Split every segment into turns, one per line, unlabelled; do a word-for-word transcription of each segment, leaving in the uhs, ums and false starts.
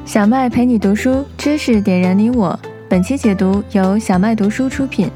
小麦陪你读书，知识点燃你我。本期解读由小麦读书出品。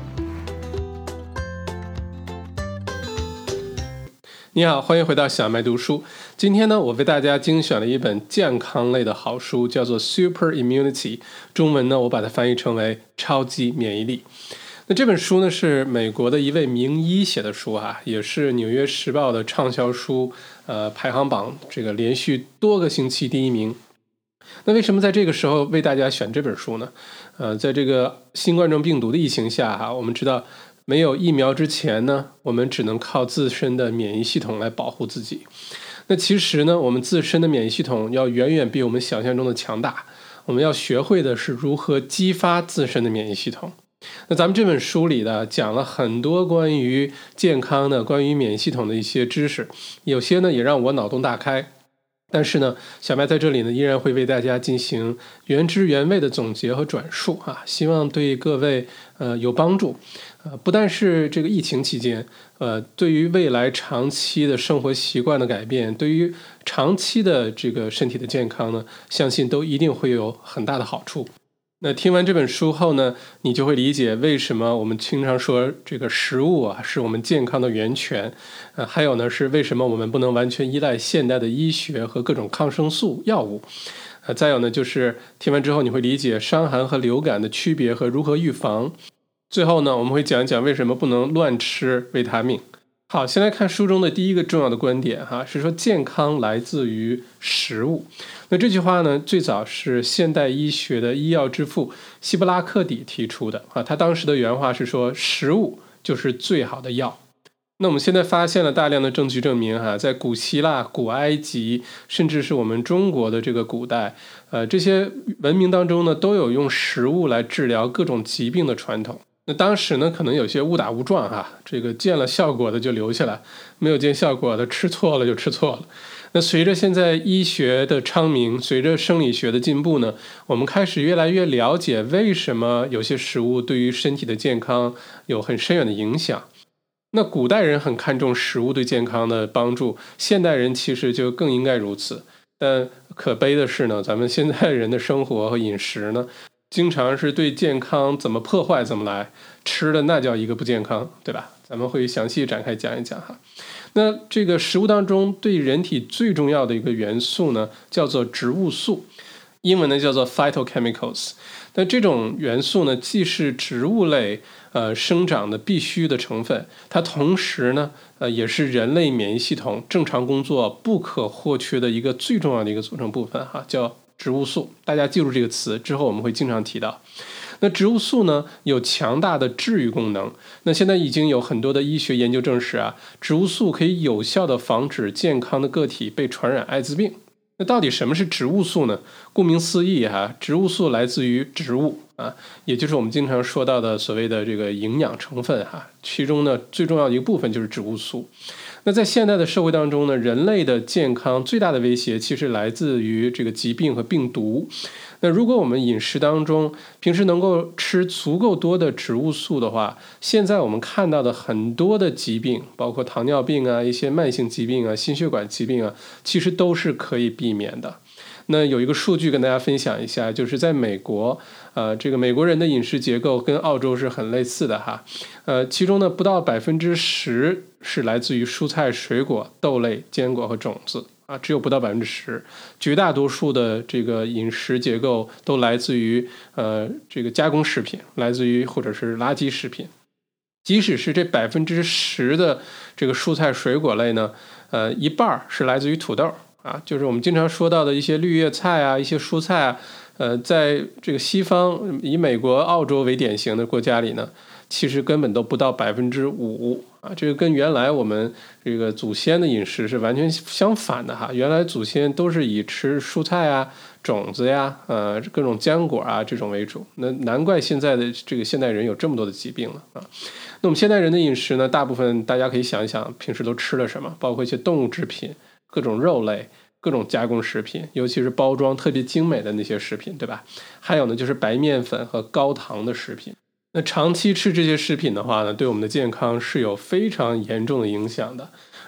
你好，欢迎回到小麦读书。今天呢，我为大家精选了一本健康类的好书，叫做 Super Immunity， 中文呢，我把它翻译成为超级免疫力。那这本书呢，是美国的一位名医写的书哈、啊，也是纽约时报的畅销书，呃，排行榜这个连续多个星期第一名。那为什么在这个时候为大家选这本书呢？呃，在这个新冠状病毒的疫情下哈、啊，我们知道没有疫苗之前呢，我们只能靠自身的免疫系统来保护自己。那其实呢，我们自身的免疫系统要远远比我们想象中的强大。我们要学会的是如何激发自身的免疫系统。那咱们这本书里呢，讲了很多关于健康的、关于免疫系统的一些知识，有些呢也让我脑洞大开。但是呢，小麦在这里呢，依然会为大家进行原汁原味的总结和转述啊，希望对各位呃有帮助。呃，不但是这个疫情期间，呃，对于未来长期的生活习惯的改变，对于长期的这个身体的健康呢，相信都一定会有很大的好处。那听完这本书后呢，你就会理解为什么我们经常说这个食物啊是我们健康的源泉，呃，还有呢是为什么我们不能完全依赖现代的医学和各种抗生素药物，呃，再有呢就是听完之后你会理解伤寒和流感的区别和如何预防。最后呢，我们会讲一讲为什么不能乱吃维他命。好，先来看书中的第一个重要的观点哈，是说健康来自于食物。那这句话呢，最早是现代医学的医药之父希波拉克底提出的啊，他当时的原话是说，食物就是最好的药。那我们现在发现了大量的证据证明哈，在古希腊、古埃及，甚至是我们中国的这个古代，呃，这些文明当中呢，都有用食物来治疗各种疾病的传统。那当时呢，可能有些误打误撞哈，这个见了效果的就留下来，没有见效果的吃错了就吃错了。那随着现在医学的昌明，随着生理学的进步呢，我们开始越来越了解为什么有些食物对于身体的健康有很深远的影响。那古代人很看重食物对健康的帮助，现代人其实就更应该如此。但可悲的是呢，咱们现在人的生活和饮食呢，经常是对健康怎么破坏怎么来，吃的那叫一个不健康，对吧？咱们会详细展开讲一讲哈。那这个食物当中对人体最重要的一个元素呢，叫做植物素，英文呢叫做 phytochemicals。那这种元素呢，既是植物类呃生长的必须的成分，它同时呢，呃也是人类免疫系统正常工作不可或缺的一个最重要的一个组成部分哈，叫植物素。大家记住这个词之后，我们会经常提到。那植物素呢，有强大的治愈功能。那现在已经有很多的医学研究证实啊，植物素可以有效的防止健康的个体被传染艾滋病。那到底什么是植物素呢？顾名思义哈，植物素来自于植物啊，也就是我们经常说到的所谓的这个营养成分哈，其中呢最重要的一个部分就是植物素。那在现代的社会当中呢，人类的健康最大的威胁其实来自于这个疾病和病毒。那如果我们饮食当中平时能够吃足够多的植物素的话，现在我们看到的很多的疾病，包括糖尿病啊、一些慢性疾病啊、心血管疾病啊，其实都是可以避免的。那有一个数据跟大家分享一下，就是在美国，呃，这个美国人的饮食结构跟澳洲是很类似的哈，呃，其中呢不到百分之十是来自于蔬菜、水果、豆类、坚果和种子啊，只有不到百分之十，绝大多数的这个饮食结构都来自于呃这个加工食品，来自于或者是垃圾食品。即使是这百分之十的这个蔬菜水果类呢，呃，一半是来自于土豆。啊，就是我们经常说到的一些绿叶菜啊，一些蔬菜啊，呃，在这个西方以美国、澳洲为典型的国家里呢，其实根本都不到百分之五啊，这个跟原来我们这个祖先的饮食是完全相反的哈。原来祖先都是以吃蔬菜啊、种子呀、呃各种浆果啊这种为主，那难怪现在的这个现代人有这么多的疾病了啊。那我们现代人的饮食呢，大部分大家可以想一想，平时都吃了什么，包括一些动物制品。各种肉类、各种加工食品，尤其是包装特别精美的那些食品，对吧？还有呢，就是白面粉和高糖的食品。那长期吃这些食品的话呢，对我们的健康是有非常严重的影响的。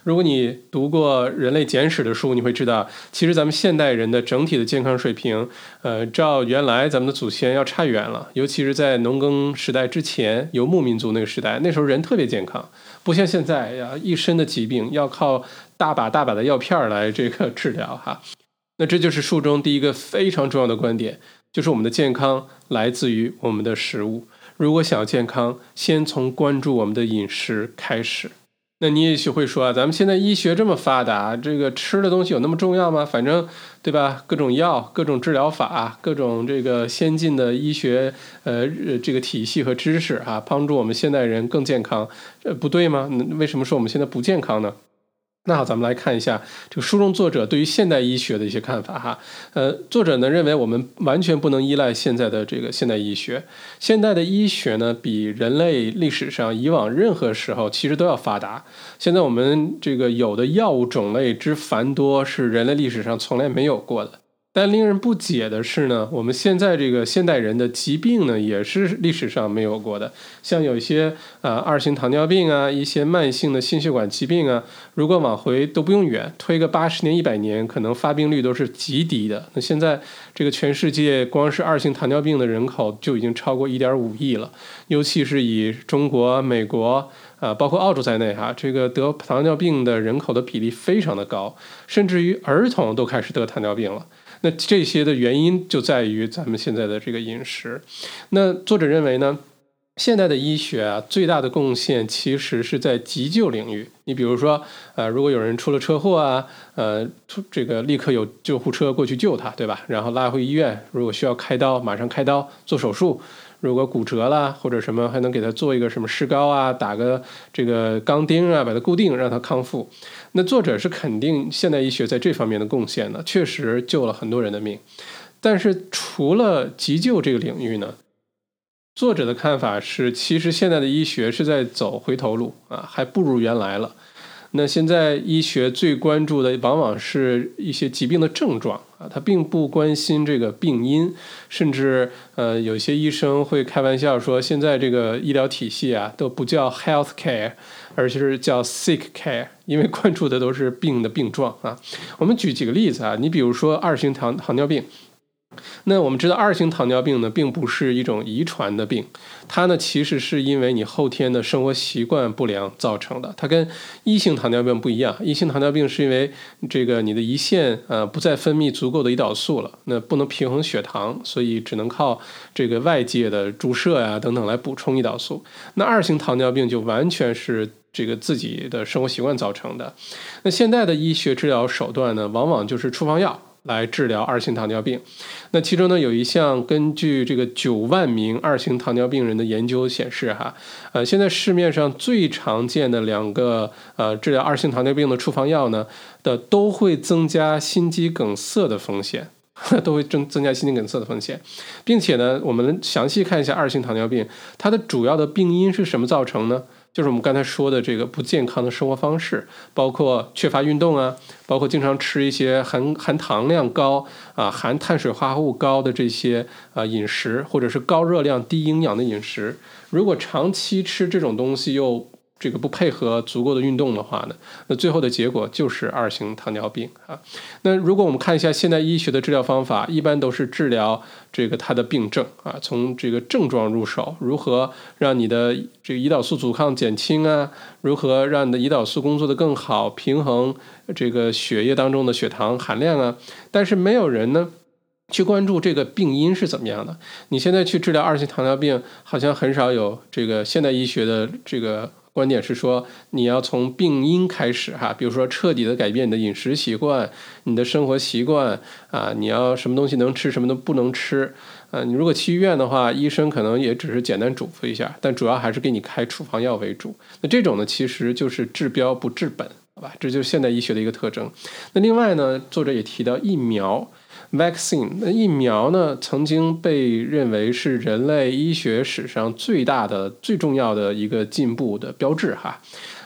如果你读过人类简史的书，你会知道，其实咱们现代人的整体的健康水平，呃，照原来咱们的祖先要差远了。尤其是在农耕时代之前，游牧民族那个时代，那时候人特别健康，不像现在呀，一身的疾病要靠大把大把的药片来这个治疗哈。那这就是书中第一个非常重要的观点，就是我们的健康来自于我们的食物。如果想要健康，先从关注我们的饮食开始。那你也许会说啊，咱们现在医学这么发达，这个吃的东西有那么重要吗？反正对吧，各种药、各种治疗法、各种这个先进的医学呃这个体系和知识啊，帮助我们现代人更健康，呃不对吗？为什么说我们现在不健康呢？那好，咱们来看一下这个书中作者对于现代医学的一些看法哈。呃，作者呢认为我们完全不能依赖现在的这个现代医学。现代的医学呢比人类历史上以往任何时候其实都要发达。现在我们这个有的药物种类之繁多是人类历史上从来没有过的。但令人不解的是呢，我们现在这个现代人的疾病呢，也是历史上没有过的。像有一些啊、呃、二型糖尿病啊，一些慢性的心血管疾病啊，如果往回都不用远，推个八十年、一百年，可能发病率都是极低的。那现在这个全世界光是二型糖尿病的人口就已经超过一点五亿了，尤其是以中国、美国。啊，包括澳洲在内哈，这个得糖尿病的人口的比例非常的高，甚至于儿童都开始得糖尿病了。那这些的原因就在于咱们现在的这个饮食。那作者认为呢，现代的医学啊，最大的贡献其实是在急救领域。你比如说，呃，如果有人出了车祸啊，呃，这个立刻有救护车过去救他，对吧？然后拉回医院，如果需要开刀，马上开刀做手术。如果骨折了或者什么，还能给他做一个什么石膏啊，打个这个钢钉啊，把它固定，让他康复。那作者是肯定现代医学在这方面的贡献的，确实救了很多人的命。但是除了急救这个领域呢，作者的看法是，其实现在的医学是在走回头路啊，还不如原来了。那现在医学最关注的往往是一些疾病的症状啊，他并不关心这个病因，甚至呃有些医生会开玩笑说，现在这个医疗体系啊都不叫 health care， 而是叫 sick care， 因为关注的都是病的病状啊。我们举几个例子啊，你比如说二型糖糖尿病。那我们知道二型糖尿病呢，并不是一种遗传的病，它呢其实是因为你后天的生活习惯不良造成的。它跟一型糖尿病不一样，一型糖尿病是因为这个你的胰腺呃不再分泌足够的胰岛素了，那不能平衡血糖，所以只能靠这个外界的注射呀、啊、等等来补充胰岛素。那二型糖尿病就完全是这个自己的生活习惯造成的。那现在的医学治疗手段呢，往往就是处方药来治疗二型糖尿病。那其中呢，有一项根据这个九万名二型糖尿病人的研究显示哈，呃，现在市面上最常见的两个呃治疗二型糖尿病的处方药呢的都会增加心肌梗塞的风险。都会增增加心肌梗塞的风险，并且呢，我们详细看一下二型糖尿病，它的主要的病因是什么造成呢？就是我们刚才说的这个不健康的生活方式，包括缺乏运动啊，包括经常吃一些含含糖量高啊、含碳水化合物高的这些啊饮食，或者是高热量低营养的饮食。如果长期吃这种东西又这个不配合足够的运动的话呢，那最后的结果就是二型糖尿病啊。那如果我们看一下现代医学的治疗方法，一般都是治疗这个它的病症啊，从这个症状入手，如何让你的这个胰岛素阻抗减轻啊，如何让你的胰岛素工作的更好，平衡这个血液当中的血糖含量啊。但是没有人呢去关注这个病因是怎么样的。你现在去治疗二型糖尿病，好像很少有这个现代医学的这个观点是说，你要从病因开始哈，比如说彻底的改变你的饮食习惯、你的生活习惯啊，你要什么东西能吃，什么都不能吃。啊，你如果去医院的话，医生可能也只是简单嘱咐一下，但主要还是给你开处方药为主。那这种呢，其实就是治标不治本，好吧？这就是现代医学的一个特征。那另外呢，作者也提到疫苗。vaccine 那疫苗呢，曾经被认为是人类医学史上最大的、最重要的一个进步的标志哈。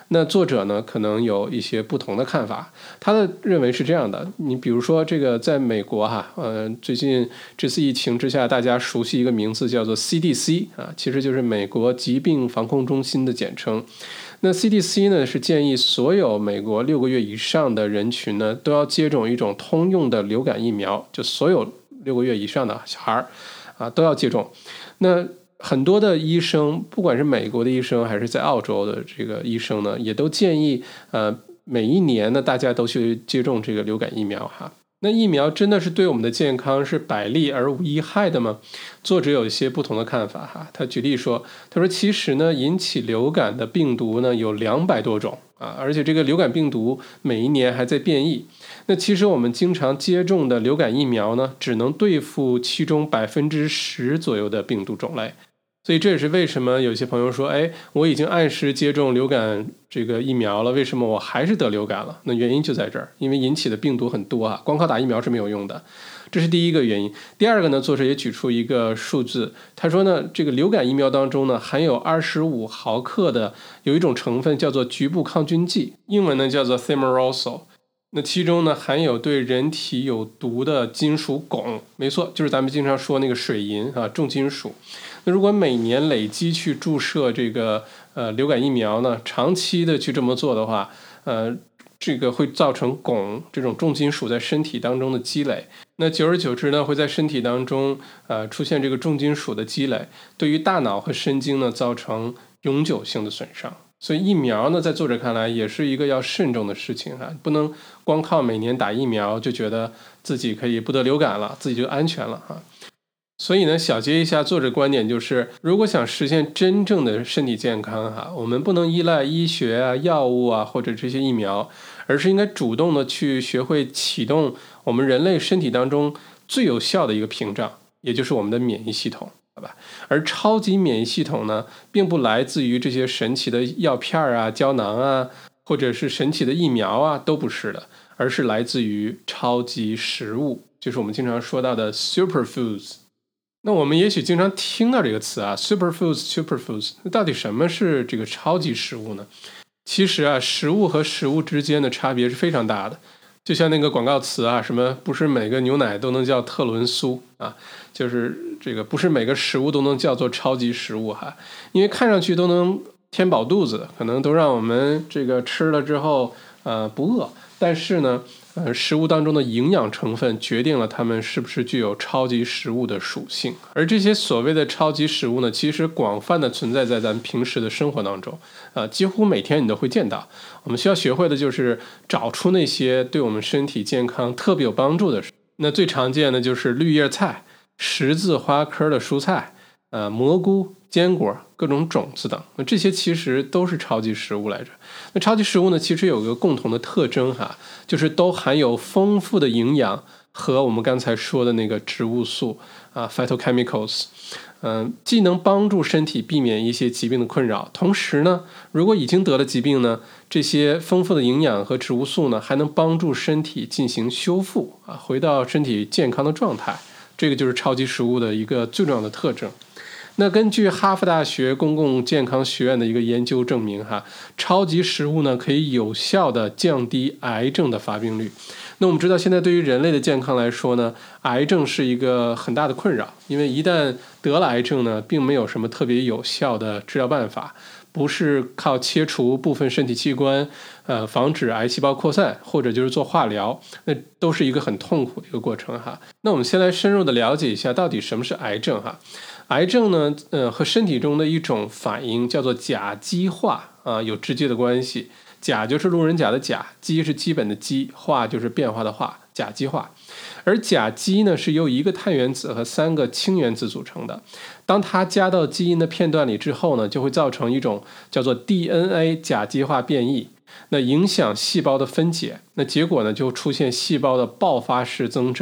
那作者呢可能有一些不同的看法，他的认为是这样的，你比如说这个在美国哈，呃，最近这次疫情之下，大家熟悉一个名字叫做 C D C 啊，其实就是美国疾病防控中心的简称。那 C D C 呢是建议所有美国六个月以上的人群呢都要接种一种通用的流感疫苗，就所有六个月以上的小孩啊都要接种。那很多的医生，不管是美国的医生还是在澳洲的这个医生呢，也都建议呃每一年呢大家都去接种这个流感疫苗哈。那疫苗真的是对我们的健康是百利而无一害的吗？作者有一些不同的看法哈。他举例说，他说其实呢引起流感的病毒呢有两百多种啊，而且这个流感病毒每一年还在变异。那其实我们经常接种的流感疫苗呢，只能对付其中百分之十左右的病毒种类。所以这也是为什么有些朋友说，哎，我已经按时接种流感这个疫苗了，为什么我还是得流感了？那原因就在这儿，因为引起的病毒很多啊，光靠打疫苗是没有用的。这是第一个原因。第二个呢，作者也举出一个数字，他说呢，这个流感疫苗当中呢，含有二十五毫克的有一种成分叫做局部抗菌剂，英文呢叫做 thimerosal。那其中呢含有对人体有毒的金属汞，没错，就是咱们经常说那个水银啊，重金属。那如果每年累积去注射这个呃流感疫苗呢，长期的去这么做的话，呃，这个会造成汞这种重金属在身体当中的积累。那久而久之呢，会在身体当中呃出现这个重金属的积累，对于大脑和神经呢造成永久性的损伤。所以疫苗呢，在作者看来也是一个要慎重的事情啊，不能光靠每年打疫苗就觉得自己可以不得流感了，自己就安全了哈。所以呢，小结一下作者观点就是，如果想实现真正的身体健康哈，我们不能依赖医学啊、药物啊或者这些疫苗，而是应该主动的去学会启动我们人类身体当中最有效的一个屏障，也就是我们的免疫系统。好吧，而超级免疫系统呢，并不来自于这些神奇的药片啊、胶囊啊，或者是神奇的疫苗啊，都不是的，而是来自于超级食物，就是我们经常说到的 superfoods。那我们也许经常听到这个词啊 superfoods superfoods， 那到底什么是这个超级食物呢？其实啊，食物和食物之间的差别是非常大的。就像那个广告词啊，什么不是每个牛奶都能叫特仑苏啊，就是这个不是每个食物都能叫做超级食物哈，因为看上去都能填饱肚子，可能都让我们这个吃了之后呃不饿，但是呢呃食物当中的营养成分决定了它们是不是具有超级食物的属性。而这些所谓的超级食物呢，其实广泛的存在在咱们平时的生活当中，呃几乎每天你都会见到。我们需要学会的就是找出那些对我们身体健康特别有帮助的事。那最常见的就是绿叶菜、十字花科的蔬菜、呃蘑菇、坚果、各种种子等。那这些其实都是超级食物来着。那超级食物呢，其实有个共同的特征哈，就是都含有丰富的营养和我们刚才说的那个植物素啊 phytochemicals。嗯、呃，既能帮助身体避免一些疾病的困扰，同时呢，如果已经得了疾病呢，这些丰富的营养和植物素呢，还能帮助身体进行修复啊，回到身体健康的状态。这个就是超级食物的一个最重要的特征。那根据哈佛大学公共健康学院的一个研究证明哈，超级食物呢可以有效的降低癌症的发病率。那我们知道现在对于人类的健康来说呢，癌症是一个很大的困扰，因为一旦得了癌症呢，并没有什么特别有效的治疗办法，不是靠切除部分身体器官呃，防止癌细胞扩散，或者就是做化疗，那都是一个很痛苦的一个过程哈。那我们先来深入的了解一下到底什么是癌症哈。癌症呢，呃，和身体中的一种反应叫做甲基化啊，有直接的关系。甲就是路人甲的甲，基是基本的基，化就是变化的化，甲基化。而甲基呢是由一个碳原子和三个氢原子组成的，当它加到基因的片段里之后呢，就会造成一种叫做 D N A 甲基化变异，那影响细胞的分解，那结果呢就出现细胞的爆发式增长，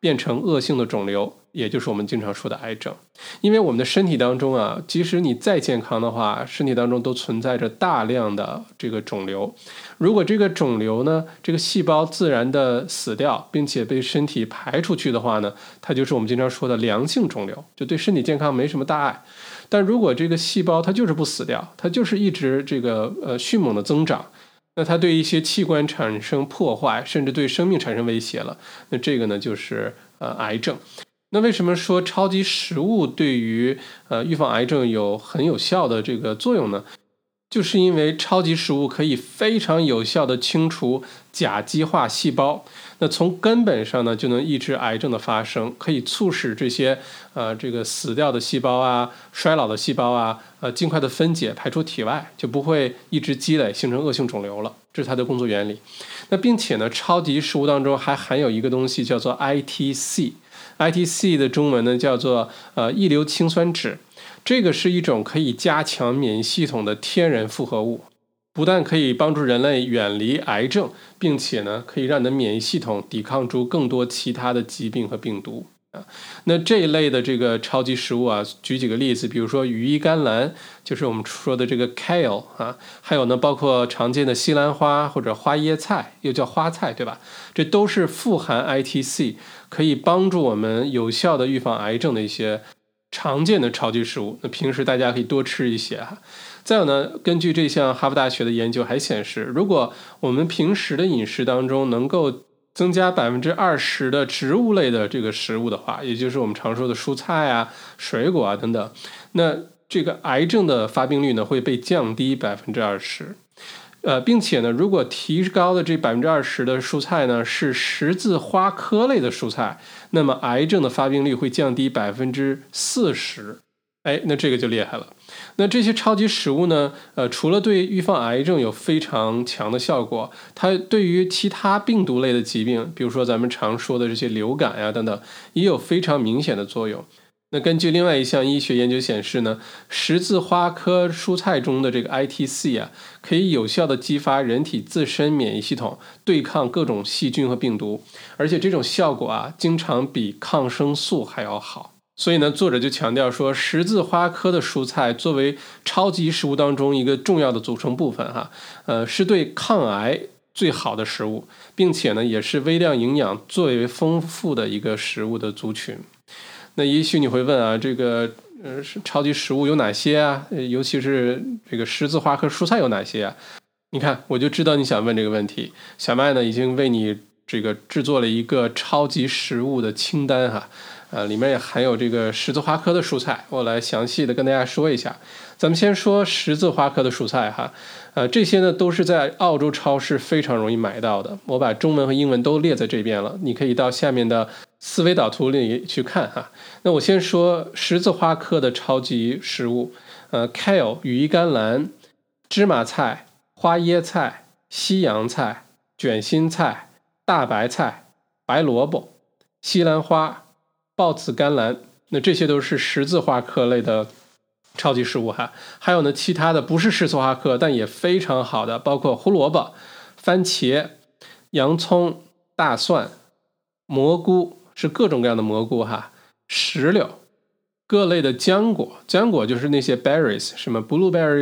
变成恶性的肿瘤，也就是我们经常说的癌症。因为我们的身体当中啊，即使你再健康的话，身体当中都存在着大量的这个肿瘤。如果这个肿瘤呢，这个细胞自然的死掉，并且被身体排出去的话呢，它就是我们经常说的良性肿瘤，就对身体健康没什么大碍。但如果这个细胞它就是不死掉，它就是一直这个呃迅猛的增长，那它对一些器官产生破坏，甚至对生命产生威胁了，那这个呢就是呃癌症。那为什么说超级食物对于呃预防癌症有很有效的这个作用呢？就是因为超级食物可以非常有效的清除甲基化细胞，那从根本上呢就能抑制癌症的发生，可以促使这些呃这个死掉的细胞啊、衰老的细胞啊，呃尽快的分解排出体外，就不会一直积累形成恶性肿瘤了。这是它的工作原理。那并且呢，超级食物当中还含有一个东西叫做 I T C。I T C 的中文呢叫做呃异硫氰酸酯，这个是一种可以加强免疫系统的天然复合物，不但可以帮助人类远离癌症，并且呢可以让你的免疫系统抵抗住更多其他的疾病和病毒啊。那这一类的这个超级食物啊，举几个例子，比如说羽衣甘蓝，就是我们说的这个 kale 啊，还有呢包括常见的西兰花或者花椰菜，又叫花菜，对吧？这都是富含 I T C， 可以帮助我们有效的预防癌症的一些常见的超级食物。那平时大家可以多吃一些哈。再有呢，根据这项哈佛大学的研究还显示，如果我们平时的饮食当中能够增加百分之二十的植物类的这个食物的话，也就是我们常说的蔬菜啊、水果啊等等，那这个癌症的发病率呢会被降低百分之二十。呃，并且呢，如果提高的这百分之二十的蔬菜呢是十字花科类的蔬菜，那么癌症的发病率会降低百分之四十。哎，那这个就厉害了。那这些超级食物呢，呃，除了对预防癌症有非常强的效果，它对于其他病毒类的疾病，比如说咱们常说的这些流感呀等等，也有非常明显的作用。那根据另外一项医学研究显示呢，十字花科蔬菜中的这个 I T C 啊，可以有效的激发人体自身免疫系统对抗各种细菌和病毒，而且这种效果啊，经常比抗生素还要好。所以呢，作者就强调说，十字花科的蔬菜作为超级食物当中一个重要的组成部分哈，呃，是对抗癌最好的食物，并且呢，也是微量营养最为丰富的一个食物的族群。那也许你会问啊，这个呃超级食物有哪些啊？尤其是这个十字花科蔬菜有哪些啊？你看，我就知道你想问这个问题。小麦呢已经为你这个制作了一个超级食物的清单哈，呃，里面也含有这个十字花科的蔬菜，我来详细的跟大家说一下。咱们先说十字花科的蔬菜哈，呃，这些呢都是在澳洲超市非常容易买到的，我把中文和英文都列在这边了，你可以到下面的思维导图里去看哈。那我先说十字花科的超级食物，呃 ，kale 羽衣甘蓝、芝麻菜、花椰菜、西洋菜、卷心菜、大白菜、白萝卜、西兰花、豹子甘蓝，那这些都是十字花科类的超级食物哈。还有呢，其他的不是十字花科但也非常好的，包括胡萝卜、番茄、洋葱、大蒜、蘑菇，是各种各样的蘑菇哈，石榴，各类的浆果，浆果就是那些 berries， 什么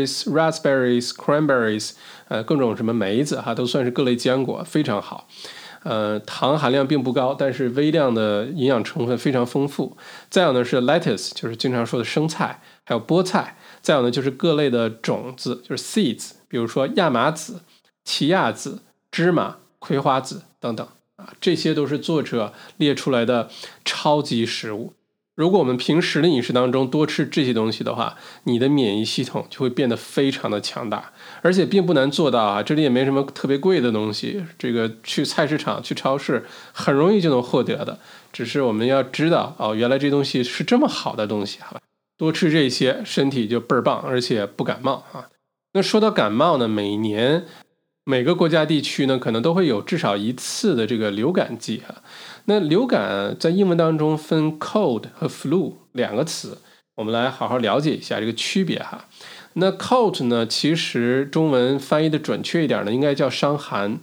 blueberries、raspberries、cranberries， 呃，各种什么梅子哈，都算是各类浆果，非常好。呃，糖含量并不高，但是微量的营养成分非常丰富。再有呢是 lettuce， 就是经常说的生菜，还有菠菜。再有呢就是各类的种子，就是 seeds， 比如说亚麻籽、奇亚籽、芝麻、葵花籽等等啊，这些都是作者列出来的超级食物。如果我们平时的饮食当中多吃这些东西的话，你的免疫系统就会变得非常的强大，而且并不难做到啊。这里也没什么特别贵的东西，这个去菜市场、去超市很容易就能获得的。只是我们要知道哦，原来这东西是这么好的东西，好吧？多吃这些，身体就倍儿棒，而且不感冒啊。那说到感冒呢，每年每个国家地区呢，可能都会有至少一次的这个流感季啊。那流感在英文当中分 cold 和 flu 两个词，我们来好好了解一下这个区别哈。那 cold 呢，其实中文翻译的准确一点呢，应该叫伤寒。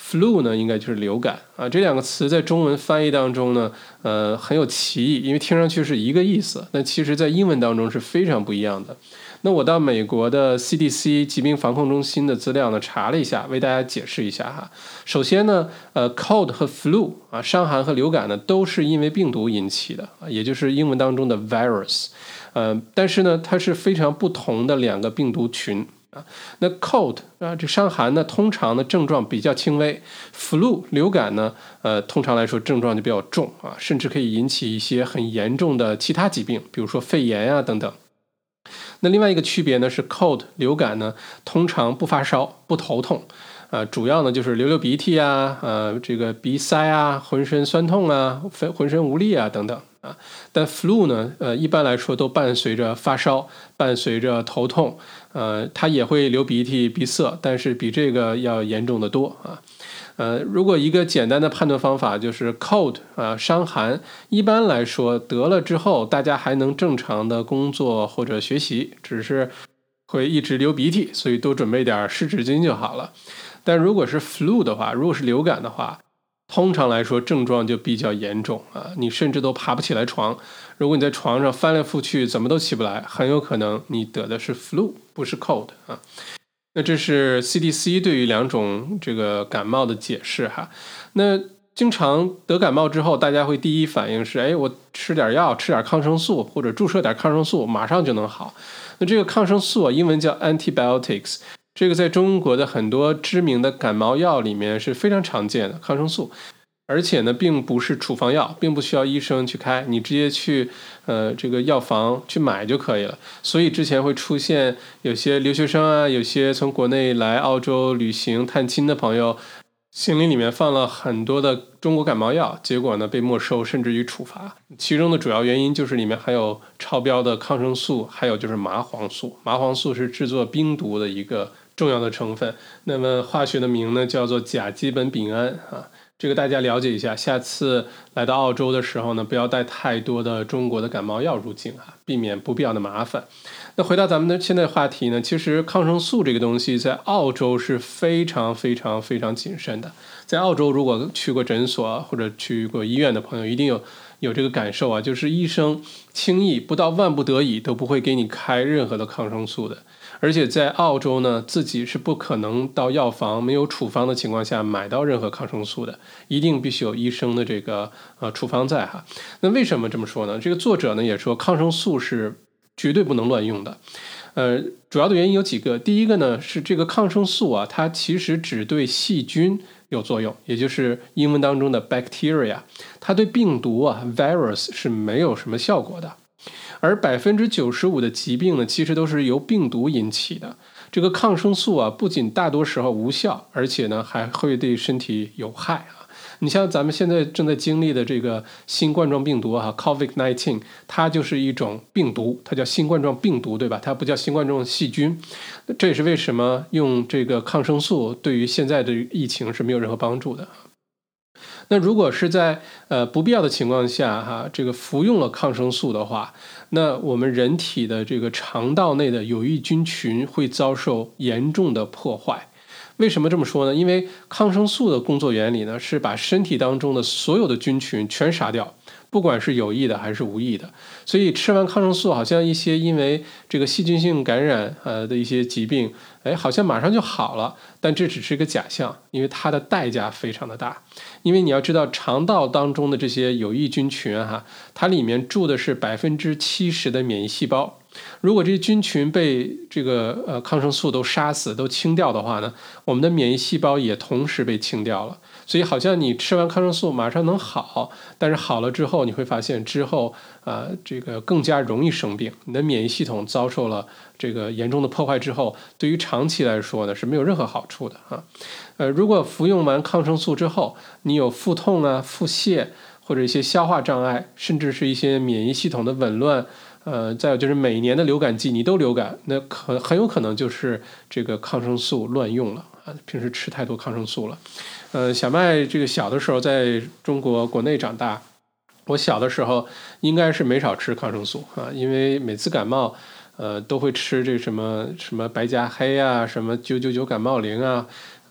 flu 呢应该就是流感啊。这两个词在中文翻译当中呢，呃，很有歧义，因为听上去是一个意思，但其实在英文当中是非常不一样的。那我到美国的 C D C 疾病防控中心的资料呢查了一下，为大家解释一下哈。首先呢，呃 ，cold 和 flu 啊，伤寒和流感呢都是因为病毒引起的啊，也就是英文当中的 virus， 呃，但是呢，它是非常不同的两个病毒群啊。那 cold 啊，这伤寒呢，通常的症状比较轻微 ，flu 流感呢，呃，通常来说症状就比较重啊，甚至可以引起一些很严重的其他疾病，比如说肺炎啊等等。那另外一个区别呢是 cold 流感呢通常不发烧不头痛，呃，主要呢就是流流鼻涕啊，呃，这个鼻塞啊，浑身酸痛啊，浑身无力啊等等啊。但 flu 呢，呃，一般来说都伴随着发烧，伴随着头痛，呃，它也会流鼻涕鼻塞，但是比这个要严重的多啊。呃，如果一个简单的判断方法就是 cold 啊，伤寒，一般来说得了之后，大家还能正常的工作或者学习，只是会一直流鼻涕，所以多准备点湿纸巾就好了。但如果是 flu 的话，如果是流感的话，通常来说症状就比较严重啊，你甚至都爬不起来床。如果你在床上翻来覆去，怎么都起不来，很有可能你得的是 flu， 不是 cold 啊。那这是 C D C 对于两种这个感冒的解释哈。那经常得感冒之后，大家会第一反应是，哎，我吃点药，吃点抗生素，或者注射点抗生素，马上就能好。那这个抗生素啊，英文叫 antibiotics， 这个在中国的很多知名的感冒药里面是非常常见的抗生素。而且呢，并不是处方药，并不需要医生去开，你直接去呃这个药房去买就可以了。所以之前会出现有些留学生啊，有些从国内来澳洲旅行探亲的朋友，行李里面放了很多的中国感冒药，结果呢被没收，甚至于处罚。其中的主要原因就是里面含有超标的抗生素，还有就是麻黄素。麻黄素是制作冰毒的一个重要的成分，那么化学的名呢叫做甲基苯丙胺啊。这个大家了解一下，下次来到澳洲的时候呢，不要带太多的中国的感冒药入境啊，避免不必要的麻烦。那回到咱们的现在话题呢，其实抗生素这个东西在澳洲是非常非常非常谨慎的。在澳洲，如果去过诊所或者去过医院的朋友，一定有有这个感受啊，就是医生轻易不到万不得已都不会给你开任何的抗生素的。而且在澳洲呢，自己是不可能到药房没有处方的情况下买到任何抗生素的，一定必须有医生的这个呃处方在哈。那为什么这么说呢？这个作者呢也说，抗生素是绝对不能乱用的。呃，主要的原因有几个。第一个呢是这个抗生素啊，它其实只对细菌有作用，也就是英文当中的 bacteria， 它对病毒啊 virus 是没有什么效果的。而百分之九十五的疾病呢，其实都是由病毒引起的。这个抗生素啊，不仅大多时候无效，而且呢还会对身体有害啊。你像咱们现在正在经历的这个新冠状病毒啊 ，COVID 十九， 它就是一种病毒，它叫新冠状病毒，对吧？它不叫新冠状细菌。这也是为什么用这个抗生素对于现在的疫情是没有任何帮助的。那如果是在呃不必要的情况下哈，这个服用了抗生素的话，那我们人体的这个肠道内的有益菌群会遭受严重的破坏。为什么这么说呢？因为抗生素的工作原理呢，是把身体当中的所有的菌群全杀掉，不管是有益的还是无益的。所以吃完抗生素，好像一些因为这个细菌性感染呃的一些疾病，哎，好像马上就好了，但这只是一个假象，因为它的代价非常的大。因为你要知道，肠道当中的这些有益菌群哈，它里面住的是百分之七十的免疫细胞。如果这些菌群被这个呃抗生素都杀死、都清掉的话呢，我们的免疫细胞也同时被清掉了。所以好像你吃完抗生素马上能好，但是好了之后你会发现之后啊、呃、这个更加容易生病，你的免疫系统遭受了这个严重的破坏之后，对于长期来说呢是没有任何好处的啊。呃，如果服用完抗生素之后，你有腹痛啊、腹泻或者一些消化障碍，甚至是一些免疫系统的紊乱。呃，再有就是每年的流感季你都流感，那可很有可能就是这个抗生素乱用了啊，平时吃太多抗生素了。呃，小麦这个小的时候在中国国内长大，我小的时候应该是没少吃抗生素啊，因为每次感冒，呃，都会吃这什么什么白加黑啊，什么九九九感冒灵啊。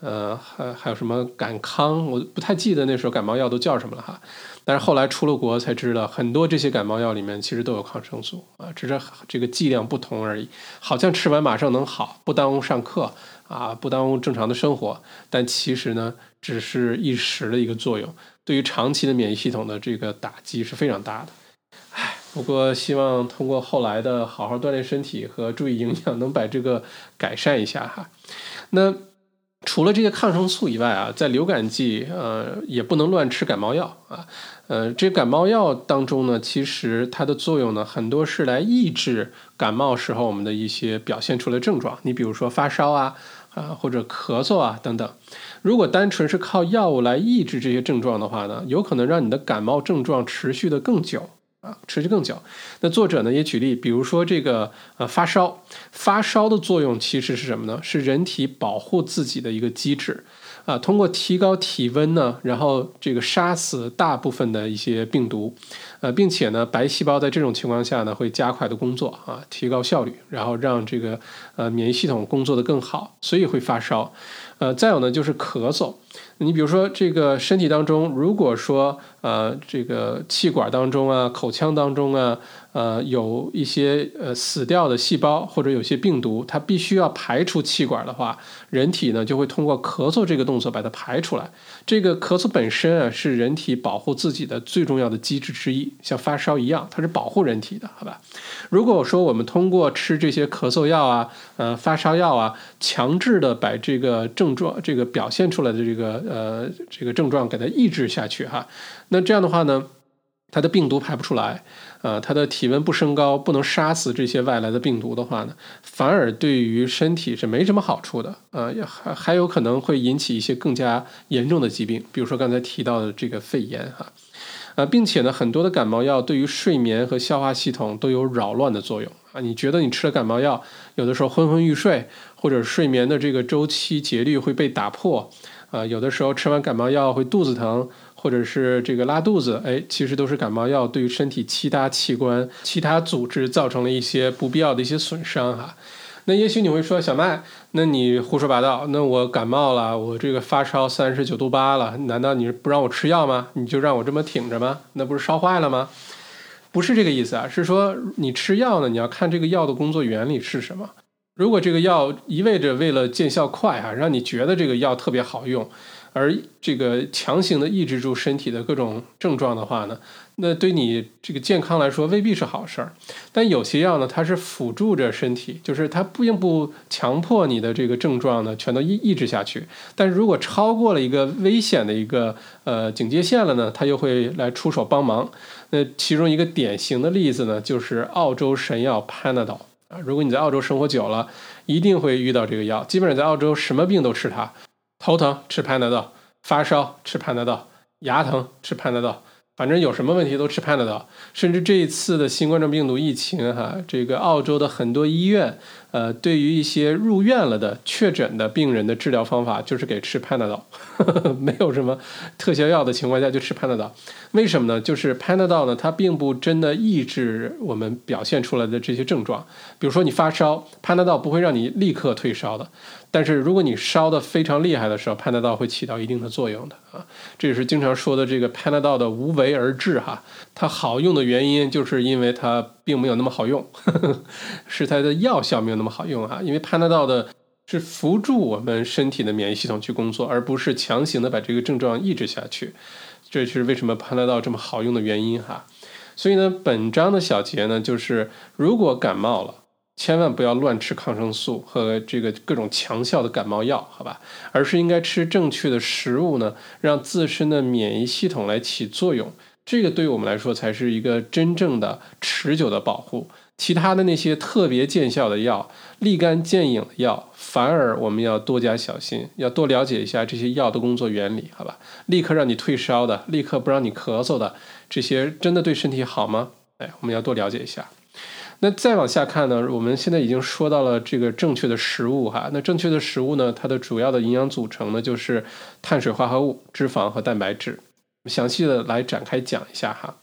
呃，还还有什么感康，我不太记得那时候感冒药都叫什么了哈。但是后来出了国才知道，很多这些感冒药里面其实都有抗生素啊，只是这个剂量不同而已。好像吃完马上能好，不耽误上课啊，不耽误正常的生活，但其实呢，只是一时的一个作用，对于长期的免疫系统的这个打击是非常大的。唉，不过希望通过后来的好好锻炼身体和注意营养，能把这个改善一下哈。那除了这些抗生素以外啊，在流感季，呃，也不能乱吃感冒药啊。呃，这感冒药当中呢，其实它的作用呢，很多是来抑制感冒时候我们的一些表现出来的症状。你比如说发烧啊，啊或者咳嗽啊等等。如果单纯是靠药物来抑制这些症状的话呢，有可能让你的感冒症状持续的更久。啊，持续更久。那作者呢也举例，比如说这个呃发烧，发烧的作用其实是什么呢？是人体保护自己的一个机制啊，通过提高体温呢，然后这个杀死大部分的一些病毒，呃，并且呢白细胞在这种情况下呢会加快的工作啊，提高效率，然后让这个呃免疫系统工作的更好，所以会发烧。呃，再有呢就是咳嗽。你比如说这个身体当中，如果说呃这个气管当中啊、口腔当中啊，呃有一些呃死掉的细胞或者有些病毒，它必须要排出气管的话，人体呢就会通过咳嗽这个动作把它排出来。这个咳嗽本身啊是人体保护自己的最重要的机制之一，像发烧一样，它是保护人体的，好吧？如果说我们通过吃这些咳嗽药啊、呃发烧药啊，强制的把这个症状、这个表现出来的这个呃这个症状给它抑制下去哈，那这样的话呢，它的病毒排不出来，呃，它的体温不升高，不能杀死这些外来的病毒的话呢，反而对于身体是没什么好处的，呃，还还有可能会引起一些更加严重的疾病，比如说刚才提到的这个肺炎哈。呃，并且呢，很多的感冒药对于睡眠和消化系统都有扰乱的作用啊。你觉得你吃了感冒药，有的时候昏昏欲睡，或者睡眠的这个周期节律会被打破，啊，有的时候吃完感冒药会肚子疼，或者是这个拉肚子，哎，其实都是感冒药对于身体其他器官、其他组织造成了一些不必要的一些损伤哈。那也许你会说，小麦，那你胡说八道，那我感冒了，我这个发烧三十九度八了，难道你不让我吃药吗？你就让我这么挺着吗？那不是烧坏了吗？不是这个意思啊，是说你吃药呢，你要看这个药的工作原理是什么。如果这个药一味着为了见效快啊，让你觉得这个药特别好用，而这个强行的抑制住身体的各种症状的话呢，那对你这个健康来说未必是好事儿。但有些药呢，它是辅助着身体，就是它并不强迫你的这个症状呢全都抑抑制下去。但是如果超过了一个危险的一个呃警戒线了呢，它又会来出手帮忙。那其中一个典型的例子呢，就是澳洲神药 Panadol。如果你在澳洲生活久了，一定会遇到这个药。基本上在澳洲什么病都吃它，头疼吃 Panadol， 发烧吃 Panadol， 牙疼吃 Panadol， 反正有什么问题都吃 Panadol。甚至这一次的新冠状病毒疫情哈，这个澳洲的很多医院，呃，对于一些入院了的确诊的病人的治疗方法就是给吃 Panadol， 没有什么特效药的情况下就吃 Panadol。为什么呢？就是 Panadol 呢，它并不真的抑制我们表现出来的这些症状。比如说你发烧 ，Panadol 不会让你立刻退烧的。但是如果你烧得非常厉害的时候 ，Panadol 会起到一定的作用的啊。这也是经常说的这个 Panadol 的无为而治哈。它好用的原因就是因为它并没有那么好用，呵呵，是它的药效没有那么好用啊。因为 Panadol 的是辅助我们身体的免疫系统去工作，而不是强行的把这个症状抑制下去。这是为什么 Panadol 这么好用的原因哈。所以呢，本章的小结呢，就是如果感冒了，千万不要乱吃抗生素和这个各种强效的感冒药，好吧？而是应该吃正确的食物呢，让自身的免疫系统来起作用。这个对于我们来说才是一个真正的持久的保护。其他的那些特别见效的药、立竿见影的药，反而我们要多加小心，要多了解一下这些药的工作原理，好吧？立刻让你退烧的，立刻不让你咳嗽的，这些真的对身体好吗？哎，我们要多了解一下。那再往下看呢，我们现在已经说到了这个正确的食物哈。那正确的食物呢，它的主要的营养组成呢，就是碳水化合物、脂肪和蛋白质。详细的来展开讲一下哈。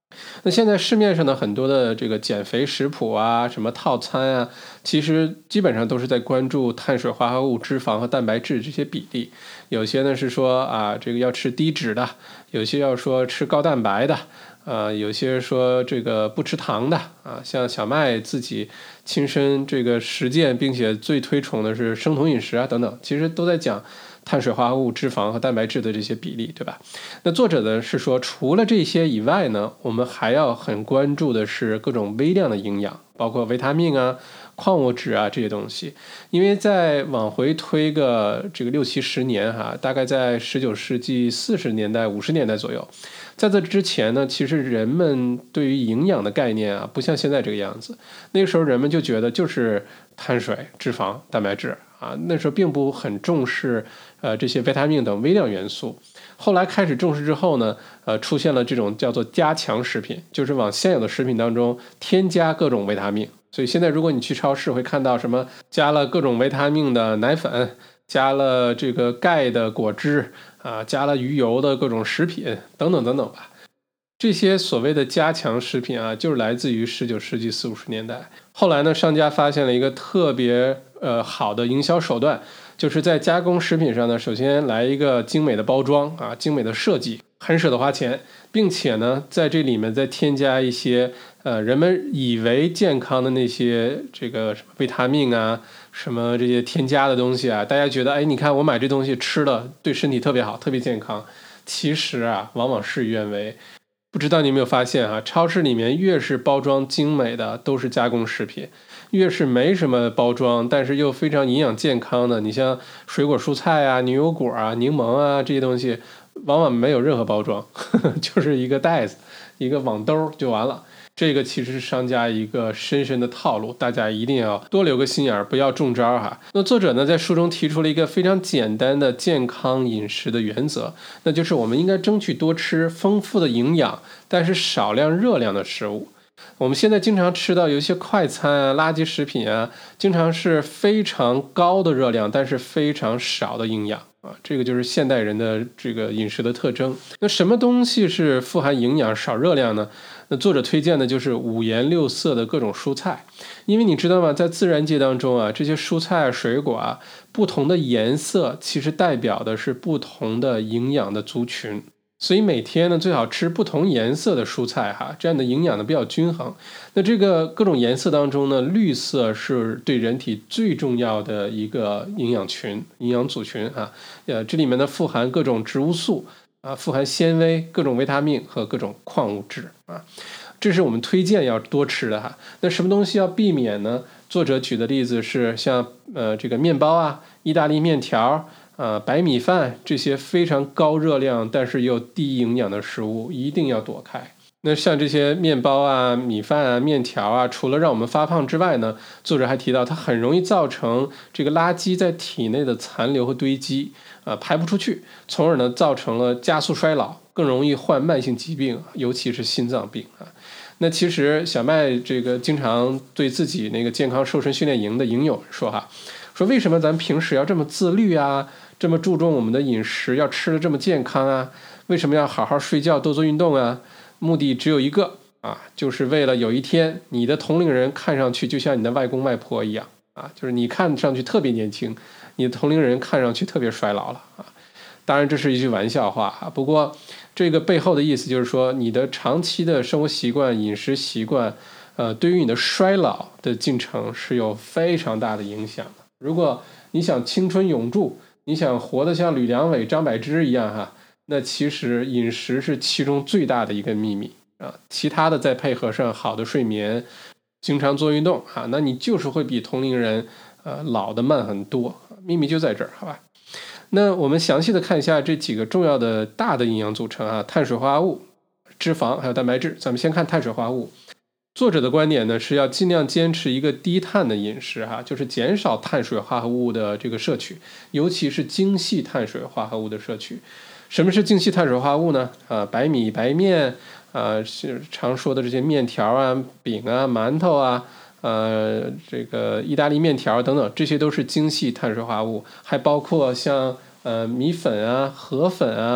那现在市面上的很多的这个减肥食谱啊，什么套餐啊，其实基本上都是在关注碳水化合物、脂肪和蛋白质这些比例。有些呢是说啊，这个要吃低脂的，有些要说吃高蛋白的，呃，有些说这个不吃糖的啊。像小麦自己亲身这个实践，并且最推崇的是生酮饮食啊等等，其实都在讲碳水化合物、脂肪和蛋白质的这些比例，对吧？那作者呢是说，除了这些以外呢，我们还要很关注的是各种微量的营养，包括维他命啊、矿物质啊这些东西。因为再往回推个这个六七十年哈，大概在十九世纪四十年代、五十年代左右，在这之前呢，其实人们对于营养的概念啊，不像现在这个样子。那个时候人们就觉得就是碳水、脂肪、蛋白质啊，那时候并不很重视呃这些维他命等微量元素。后来开始重视之后呢，呃，出现了这种叫做加强食品，就是往现有的食品当中添加各种维他命。所以现在如果你去超市会看到什么加了各种维他命的奶粉，加了这个钙的果汁啊，加了鱼油的各种食品等等等等吧。这些所谓的加强食品啊，就是来自于十九世纪四五十年代。后来呢，商家发现了一个特别呃好的营销手段，就是在加工食品上呢，首先来一个精美的包装啊，精美的设计，很舍得花钱，并且呢，在这里面再添加一些呃人们以为健康的那些这个什么维他命啊，什么这些添加的东西啊，大家觉得哎，你看我买这东西吃了对身体特别好，特别健康。其实啊，往往事与愿违。不知道你有没有发现啊，超市里面越是包装精美的都是加工食品，越是没什么包装但是又非常营养健康的，你像水果蔬菜啊、牛油果啊、柠檬啊这些东西，往往没有任何包装，呵呵，就是一个袋子、一个网兜就完了。这个其实是商家一个深深的套路，大家一定要多留个心眼儿，不要中招哈。那作者呢在书中提出了一个非常简单的健康饮食的原则，那就是我们应该争取多吃丰富的营养，但是少量热量的食物。我们现在经常吃到有一些快餐啊、垃圾食品啊，经常是非常高的热量，但是非常少的营养啊，这个就是现代人的这个饮食的特征。那什么东西是富含营养、少热量呢？那作者推荐的就是五颜六色的各种蔬菜，因为你知道吗，在自然界当中啊，这些蔬菜、水果啊，不同的颜色其实代表的是不同的营养的族群。所以每天呢，最好吃不同颜色的蔬菜哈，这样的营养呢比较均衡。那这个各种颜色当中呢，绿色是对人体最重要的一个营养群、营养组群啊。呃，这里面呢富含各种植物素啊，富含纤维、各种维他命和各种矿物质啊。这是我们推荐要多吃的哈。那什么东西要避免呢？作者举的例子是像呃这个面包啊、意大利面条。呃，白米饭这些非常高热量但是又低营养的食物一定要躲开。那像这些面包啊、米饭啊、面条啊，除了让我们发胖之外呢，作者还提到它很容易造成这个垃圾在体内的残留和堆积，呃，排不出去，从而呢造成了加速衰老，更容易患慢性疾病，尤其是心脏病啊。那其实小麦这个经常对自己那个健康瘦身训练营的营友说哈，说为什么咱平时要这么自律啊？这么注重我们的饮食，要吃的这么健康啊？为什么要好好睡觉、多做运动啊？目的只有一个啊，就是为了有一天你的同龄人看上去就像你的外公外婆一样啊，就是你看上去特别年轻，你的同龄人看上去特别衰老了啊。当然这是一句玩笑话啊，不过这个背后的意思就是说，你的长期的生活习惯、饮食习惯，呃，对于你的衰老的进程是有非常大的影响的。如果你想青春永驻，你想活得像吕良伟、张柏芝一样哈，那其实饮食是其中最大的一个秘密啊。其他的再配合上好的睡眠，经常做运动啊，那你就是会比同龄人呃老得慢很多。秘密就在这儿，好吧？那我们详细的看一下这几个重要的大的营养组成啊，碳水化合物、脂肪还有蛋白质。咱们先看碳水化合物。作者的观点呢是要尽量坚持一个低碳的饮食哈，就是减少碳水化合物的这个摄取，尤其是精细碳水化合物的摄取。什么是精细碳水化合物呢？啊，白米、白面，啊，是常说的这些面条啊、饼啊、馒头啊，呃，这个意大利面条等等，这些都是精细碳水化合物，还包括像呃米粉啊、河粉啊。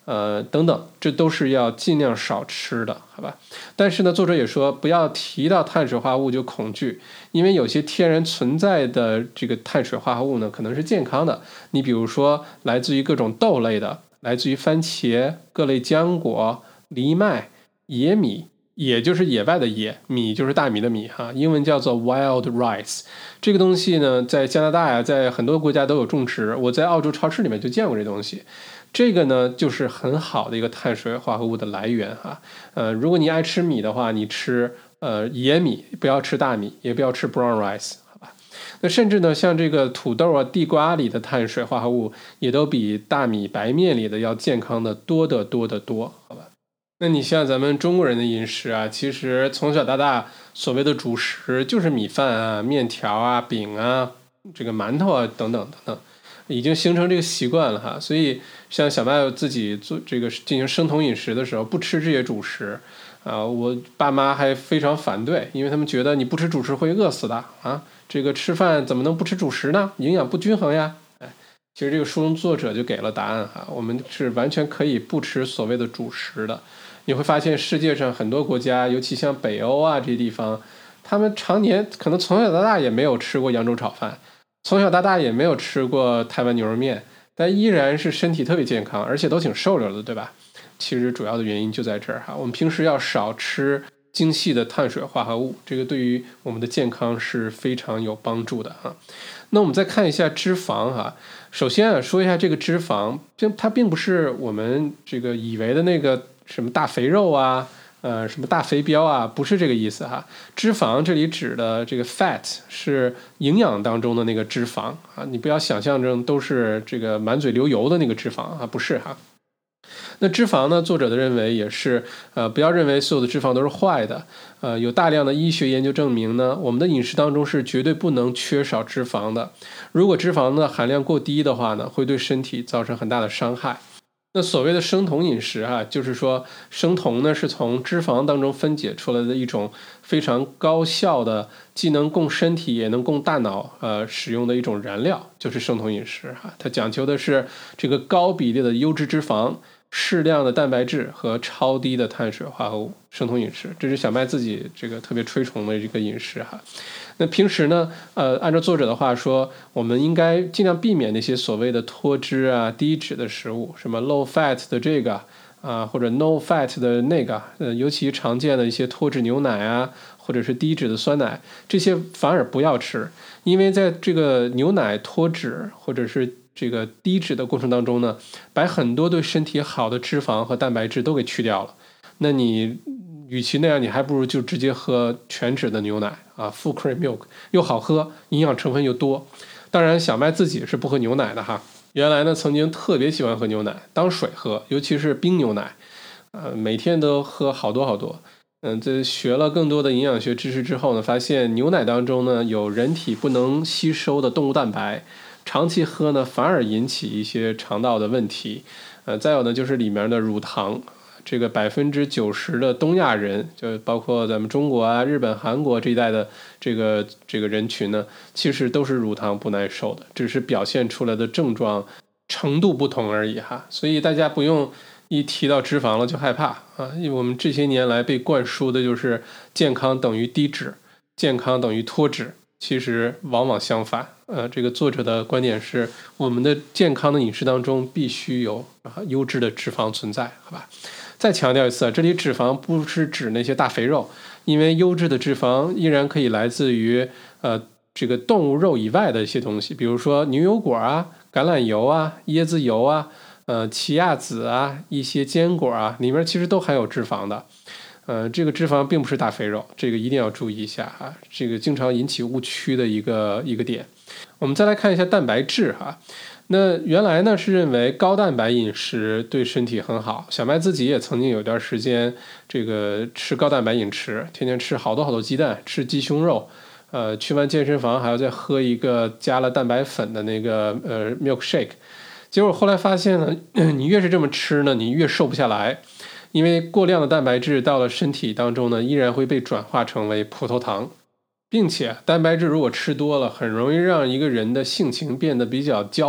呃等等，这都是要尽量少吃的，好吧？但是呢，作者也说不要提到碳水化合物就恐惧，因为有些天然存在的这个碳水化合物呢，可能是健康的。你比如说来自于各种豆类的，来自于番茄、各类浆果、藜麦、野米，野就是野外的野，米就是大米的米哈，英文叫做 wild rice。这个东西呢，在加拿大呀，在很多国家都有种植，我在澳洲超市里面就见过这东西。这个呢，就是很好的一个碳水化合物的来源哈。呃，如果你爱吃米的话，你吃呃野米，不要吃大米，也不要吃 brown rice， 好吧？那甚至呢，像这个土豆啊、地瓜里的碳水化合物，也都比大米、白面里的要健康的多得多得多，好吧？那你像咱们中国人的饮食啊，其实从小到大所谓的主食就是米饭啊、面条啊、饼啊、这个馒头啊等等等等。已经形成这个习惯了哈，所以像小麦自己做这个进行生酮饮食的时候，不吃这些主食啊，我爸妈还非常反对，因为他们觉得你不吃主食会饿死的啊，这个吃饭怎么能不吃主食呢？营养不均衡呀。哎，其实这个书中作者就给了答案哈，我们是完全可以不吃所谓的主食的。你会发现世界上很多国家，尤其像北欧啊这些地方，他们常年可能从小到大也没有吃过扬州炒饭。从小到大也没有吃过台湾牛肉面，但依然是身体特别健康，而且都挺瘦溜的，对吧？其实主要的原因就在这儿哈，我们平时要少吃精细的碳水化合物，这个对于我们的健康是非常有帮助的哈。那我们再看一下脂肪哈，首先啊说一下这个脂肪，它并不是我们这个以为的那个什么大肥肉啊。呃，什么大肥膘啊，不是这个意思哈。脂肪这里指的这个 fat 是营养当中的那个脂肪啊，你不要想象成都是这个满嘴流油的那个脂肪啊，不是哈。那脂肪呢，作者的认为也是，呃，不要认为所有的脂肪都是坏的，呃，有大量的医学研究证明呢，我们的饮食当中是绝对不能缺少脂肪的。如果脂肪的含量过低的话呢，会对身体造成很大的伤害。那所谓的生酮饮食啊，就是说生酮呢是从脂肪当中分解出来的一种非常高效的，既能供身体也能供大脑呃使用的一种燃料，就是生酮饮食哈。它讲究的是这个高比例的优质脂肪、适量的蛋白质和超低的碳水化合物。生酮饮食，这是小麦自己这个特别推崇的这个饮食哈。那平时呢，呃，按照作者的话说，我们应该尽量避免那些所谓的脱脂啊、低脂的食物，什么 low fat 的这个啊，或者 no fat 的那个，呃，尤其常见的一些脱脂牛奶啊，或者是低脂的酸奶，这些反而不要吃，因为在这个牛奶脱脂或者是这个低脂的过程当中呢，把很多对身体好的脂肪和蛋白质都给去掉了。那你与其那样，你还不如就直接喝全脂的牛奶啊 ，full cream milk， 又好喝，营养成分又多。当然，小麦自己是不喝牛奶的哈。原来呢，曾经特别喜欢喝牛奶，当水喝，尤其是冰牛奶，呃，每天都喝好多好多。嗯，在学了更多的营养学知识之后呢，发现牛奶当中呢有人体不能吸收的动物蛋白，长期喝呢反而引起一些肠道的问题。呃，再有呢就是里面的乳糖。这个百分之九十的东亚人，就包括咱们中国啊、日本、韩国这一带的这个这个人群呢，其实都是乳糖不耐受的，只是表现出来的症状程度不同而已哈。所以大家不用一提到脂肪了就害怕啊，因为我们这些年来被灌输的就是健康等于低脂，健康等于脱脂，其实往往相反。呃，这个作者的观点是，我们的健康的饮食当中必须有优质的脂肪存在，好吧？再强调一次，这里脂肪不是指那些大肥肉，因为优质的脂肪依然可以来自于呃这个动物肉以外的一些东西，比如说牛油果啊、橄榄油啊、椰子油啊、呃奇亚籽啊、一些坚果啊，里面其实都含有脂肪的。呃，这个脂肪并不是大肥肉，这个一定要注意一下哈，这个经常引起误区的一个一个点。我们再来看一下蛋白质哈。那原来呢是认为高蛋白饮食对身体很好，小麦自己也曾经有段时间这个吃高蛋白饮食，天天吃好多好多鸡蛋，吃鸡胸肉，呃，去完健身房还要再喝一个加了蛋白粉的那个呃 milkshake， 结果后来发现呢，你越是这么吃呢，你越瘦不下来，因为过量的蛋白质到了身体当中呢，依然会被转化成为葡萄糖。并且蛋白质如果吃多了，很容易让一个人的性情变得比较焦躁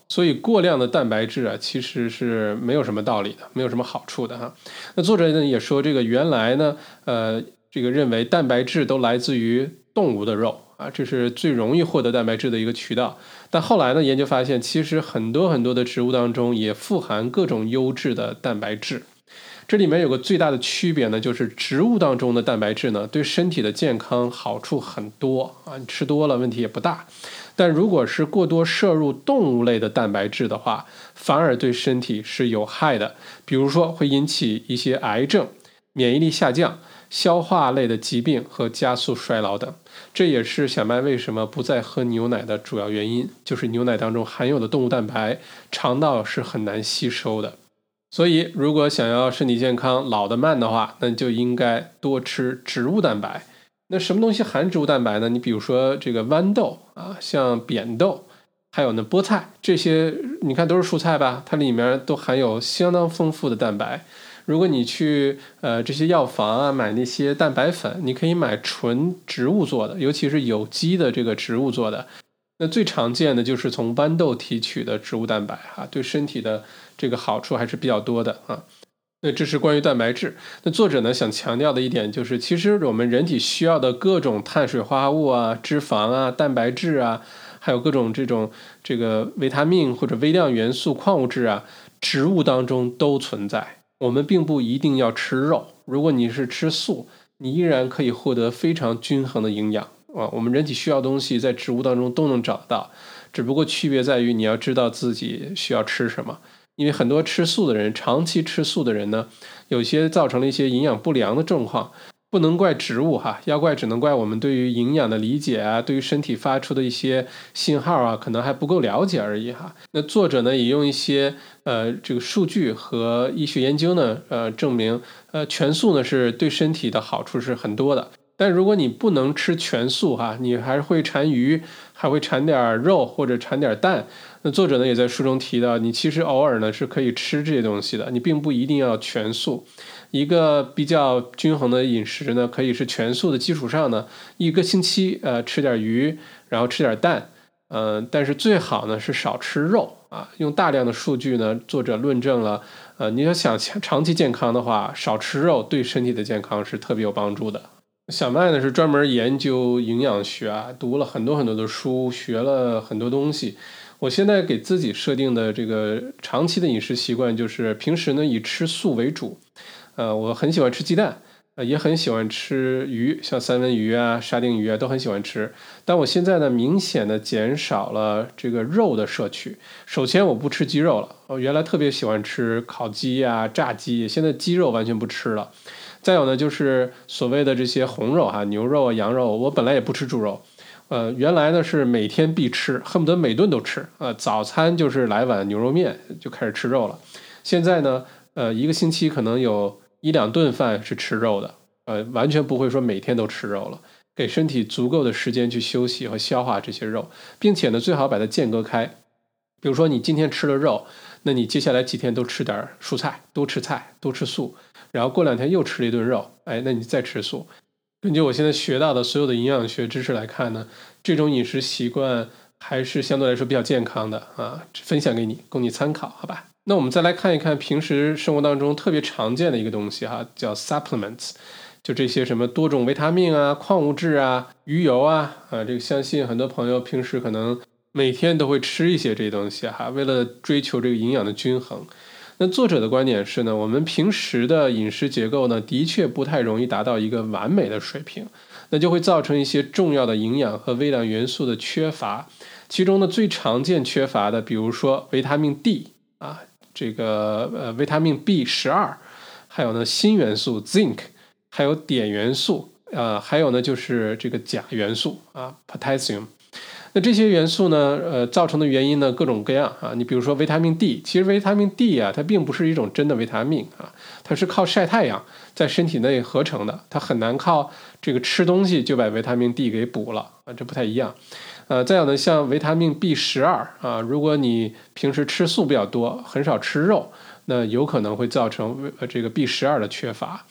所以过量的蛋白质啊，其实是没有什么道理的，没有什么好处的哈。那作者呢也说，这个原来呢，呃，这个认为蛋白质都来自于动物的肉啊，这是最容易获得蛋白质的一个渠道。但后来呢，研究发现，其实很多很多的植物当中也富含各种优质的蛋白质。这里面有个最大的区别呢，就是植物当中的蛋白质呢，对身体的健康好处很多啊，你吃多了问题也不大。但如果是过多摄入动物类的蛋白质的话，反而对身体是有害的，比如说会引起一些癌症、免疫力下降、消化类的疾病和加速衰老等。这也是小麦为什么不再喝牛奶的主要原因，就是牛奶当中含有的动物蛋白，肠道是很难吸收的。所以如果想要身体健康、老得慢的话，那就应该多吃植物蛋白。那什么东西含植物蛋白呢？你比如说这个豌豆啊，像扁豆，还有呢菠菜，这些你看都是蔬菜吧，它里面都含有相当丰富的蛋白。如果你去呃这些药房啊买那些蛋白粉，你可以买纯植物做的，尤其是有机的这个植物做的。那最常见的就是从豌豆提取的植物蛋白啊，对身体的这个好处还是比较多的啊。那这是关于蛋白质。那作者呢想强调的一点就是，其实我们人体需要的各种碳水化合物啊、脂肪啊、蛋白质啊，还有各种这种这个维他命或者微量元素、矿物质啊，植物当中都存在。我们并不一定要吃肉，如果你是吃素，你依然可以获得非常均衡的营养啊。我们人体需要的东西在植物当中都能找到，只不过区别在于你要知道自己需要吃什么。因为很多吃素的人，长期吃素的人呢，有些造成了一些营养不良的状况，不能怪植物哈，要怪只能怪我们对于营养的理解啊，对于身体发出的一些信号啊，可能还不够了解而已哈。那作者呢也用一些呃这个数据和医学研究呢，呃证明呃全素呢是对身体的好处是很多的。但如果你不能吃全素哈，你还会馋鱼，还会馋点肉或者馋点蛋，那作者呢也在书中提到，你其实偶尔呢是可以吃这些东西的，你并不一定要全素。一个比较均衡的饮食呢，可以是全素的基础上呢，一个星期呃吃点鱼，然后吃点蛋，嗯、呃，但是最好呢是少吃肉啊。用大量的数据呢，作者论证了，呃，你要想长期健康的话，少吃肉对身体的健康是特别有帮助的。小麦呢是专门研究营养学啊，读了很多很多的书，学了很多东西。我现在给自己设定的这个长期的饮食习惯就是平时呢以吃素为主，呃，我很喜欢吃鸡蛋，呃，也很喜欢吃鱼，像三文鱼啊、沙丁鱼啊都很喜欢吃。但我现在呢明显的减少了这个肉的摄取。首先我不吃鸡肉了，我原来特别喜欢吃烤鸡啊、炸鸡，现在鸡肉完全不吃了。再有呢，就是所谓的这些红肉哈，牛肉啊、羊肉，我本来也不吃猪肉，呃，原来呢是每天必吃，恨不得每顿都吃，呃，早餐就是来碗牛肉面就开始吃肉了。现在呢，呃，一个星期可能有一两顿饭是吃肉的，呃，完全不会说每天都吃肉了，给身体足够的时间去休息和消化这些肉，并且呢，最好把它间隔开。比如说你今天吃了肉，那你接下来几天都吃点蔬菜，多吃菜，多吃素。然后过两天又吃了一顿肉，哎，那你再吃素。根据我现在学到的所有的营养学知识来看呢，这种饮食习惯还是相对来说比较健康的啊，分享给你，供你参考，好吧？那我们再来看一看平时生活当中特别常见的一个东西哈，叫 supplements， 就这些什么多种维他命啊、矿物质啊、鱼油啊，啊，这个相信很多朋友平时可能每天都会吃一些这些东西哈，为了追求这个营养的均衡。那作者的观点是呢，我们平时的饮食结构呢，的确不太容易达到一个完美的水平，那就会造成一些重要的营养和微量元素的缺乏。其中呢，最常见缺乏的，比如说维他命 D 啊，这个呃维他命 B 十二，还有呢锌元素 Zinc， 还有碘元素，呃，还有呢就是这个钾元素啊 Potassium。那这些元素呢，呃，造成的原因呢各种各样啊。你比如说维他命 D， 其实维他命 D 啊，它并不是一种真的维他命啊，它是靠晒太阳在身体内合成的，它很难靠这个吃东西就把维他命 D 给补了啊，这不太一样。呃，再有呢，像维他命 B 十二 啊，如果你平时吃素比较多，很少吃肉，那有可能会造成呃这个 B 十二 的缺乏。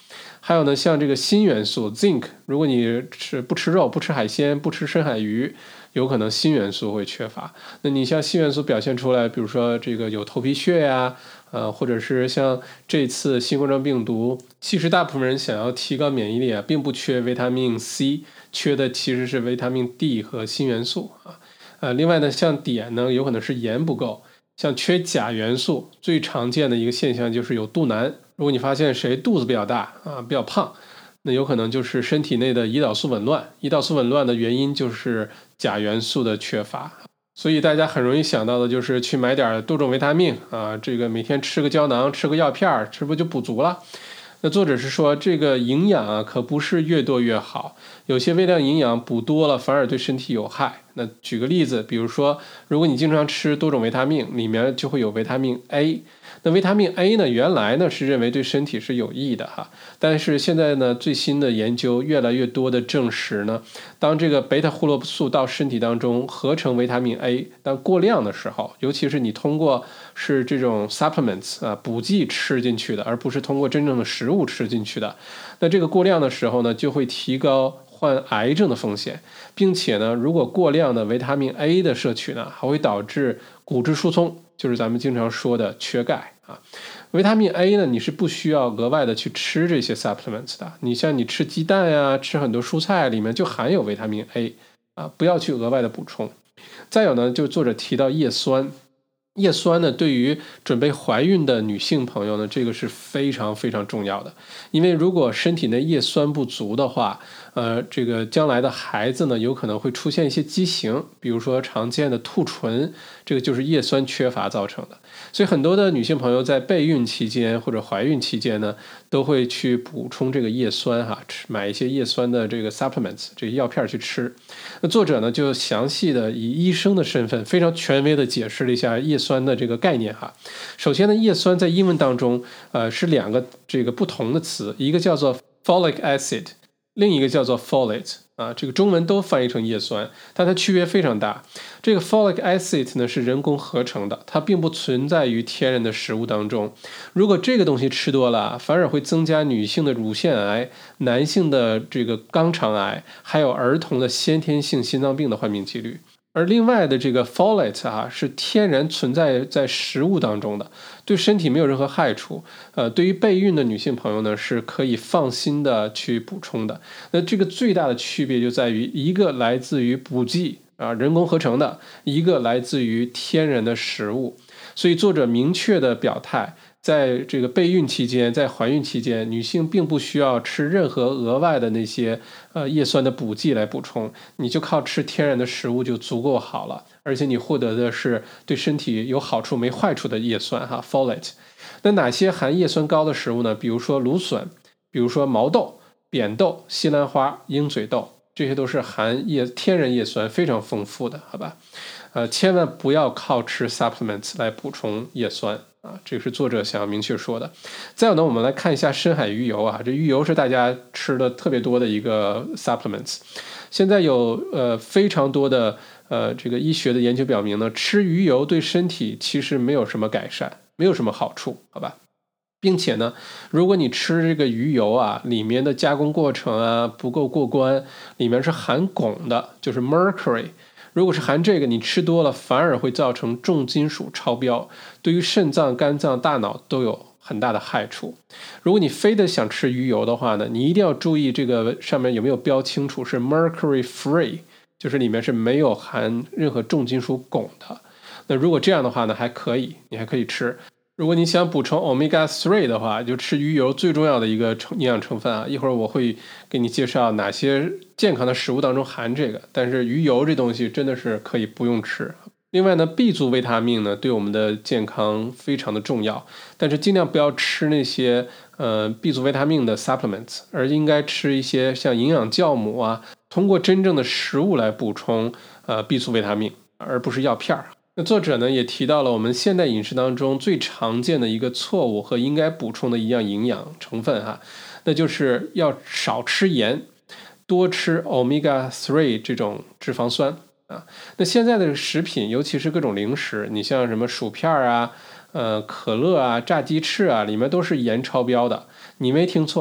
还有呢，像这个锌元素 zinc， 如果你吃不吃肉、不吃海鲜、不吃深海鱼，有可能锌元素会缺乏。那你像锌元素表现出来，比如说这个有头皮屑呀，呃，或者是像这次新冠状病毒，其实大部分人想要提高免疫力啊，并不缺维他命 C， 缺的其实是维他命 D 和锌元素啊。呃，另外呢，像碘呢，有可能是盐不够。像缺钾元素，最常见的一个现象就是有肚腩。如果你发现谁肚子比较大啊，比较胖，那有可能就是身体内的胰岛素紊乱。胰岛素紊乱的原因就是钾元素的缺乏。所以大家很容易想到的就是去买点多种维他命啊，这个每天吃个胶囊，吃个药片，是不是就补足了？那作者是说，这个营养啊，可不是越多越好，有些微量营养补多了反而对身体有害。那举个例子，比如说，如果你经常吃多种维他命，里面就会有维他命 A。那维他命 A 呢，原来呢是认为对身体是有益的哈，但是现在呢，最新的研究越来越多的证实呢，当这个贝塔胡萝卜素到身体当中合成维他命 A， 当过量的时候，尤其是你通过是这种 supplements 啊补剂吃进去的，而不是通过真正的食物吃进去的，那这个过量的时候呢，就会提高患癌症的风险，并且呢，如果过量的维他命 A 的摄取呢，还会导致骨质疏松，就是咱们经常说的缺钙啊。维他命 A 呢，你是不需要额外的去吃这些 supplements 的。你像你吃鸡蛋呀，吃很多蔬菜里面就含有维他命 A 啊，不要去额外的补充。再有呢，就作者提到叶酸。叶酸呢，对于准备怀孕的女性朋友呢，这个是非常非常重要的。因为如果身体内叶酸不足的话，呃，这个将来的孩子呢，有可能会出现一些畸形，比如说常见的兔唇，这个就是叶酸缺乏造成的。所以很多的女性朋友在备孕期间或者怀孕期间呢，都会去补充这个叶酸哈，吃买一些叶酸的这个 supplements 这个药片去吃。那作者呢就详细的以医生的身份，非常权威的解释了一下叶酸的这个概念哈。首先呢，叶酸在英文当中，呃，是两个这个不同的词，一个叫做 folic acid， 另一个叫做 folate。啊，这个中文都翻译成叶酸，但它区别非常大。这个 folic acid 呢是人工合成的，它并不存在于天然的食物当中。如果这个东西吃多了，反而会增加女性的乳腺癌、男性的这个肛肠癌，还有儿童的先天性心脏病的患病几率。而另外的这个 folate 啊，是天然存在在食物当中的，对身体没有任何害处。呃，对于备孕的女性朋友呢，是可以放心的去补充的。那这个最大的区别就在于，一个来自于补剂啊，人工合成的，一个来自于天然的食物。所以作者明确的表态，在这个备孕期间，在怀孕期间，女性并不需要吃任何额外的那些呃叶酸的补剂来补充，你就靠吃天然的食物就足够好了，而且你获得的是对身体有好处没坏处的叶酸哈 folate。那哪些含叶酸高的食物呢？比如说芦笋，比如说毛豆、扁豆、西兰花、鹰嘴豆，这些都是含叶天然叶酸非常丰富的，好吧？呃，千万不要靠吃 supplements 来补充叶酸啊，这个是作者想要明确说的。再有呢，我们来看一下深海鱼油啊，这鱼油是大家吃的特别多的一个 supplements。现在有呃非常多的呃这个医学的研究表明呢，吃鱼油对身体其实没有什么改善，没有什么好处，好吧？并且呢，如果你吃这个鱼油啊，里面的加工过程啊不够过关，里面是含汞的，就是 mercury。如果是含这个，你吃多了反而会造成重金属超标，对于肾脏、肝脏、大脑都有很大的害处。如果你非得想吃鱼油的话呢，你一定要注意这个上面有没有标清楚是 mercury free， 就是里面是没有含任何重金属汞的。那如果这样的话呢，还可以，你还可以吃。如果你想补充 omega 三 的话，就吃鱼油最重要的一个营养成分啊，一会儿我会给你介绍哪些健康的食物当中含这个，但是鱼油这东西真的是可以不用吃。另外呢 B 族维他命呢对我们的健康非常的重要，但是尽量不要吃那些呃 B 族维他命的 supplements， 而应该吃一些像营养酵母啊，通过真正的食物来补充呃 B 族维他命，而不是药片儿。那作者呢也提到了我们现代饮食当中最常见的一个错误和应该补充的一样营养成分哈，那就是要少吃盐，多吃 omega 三 这种脂肪酸啊。那现在的食品，尤其是各种零食，你像什么薯片啊、呃可乐啊、炸鸡翅啊，里面都是盐超标的。你没听错，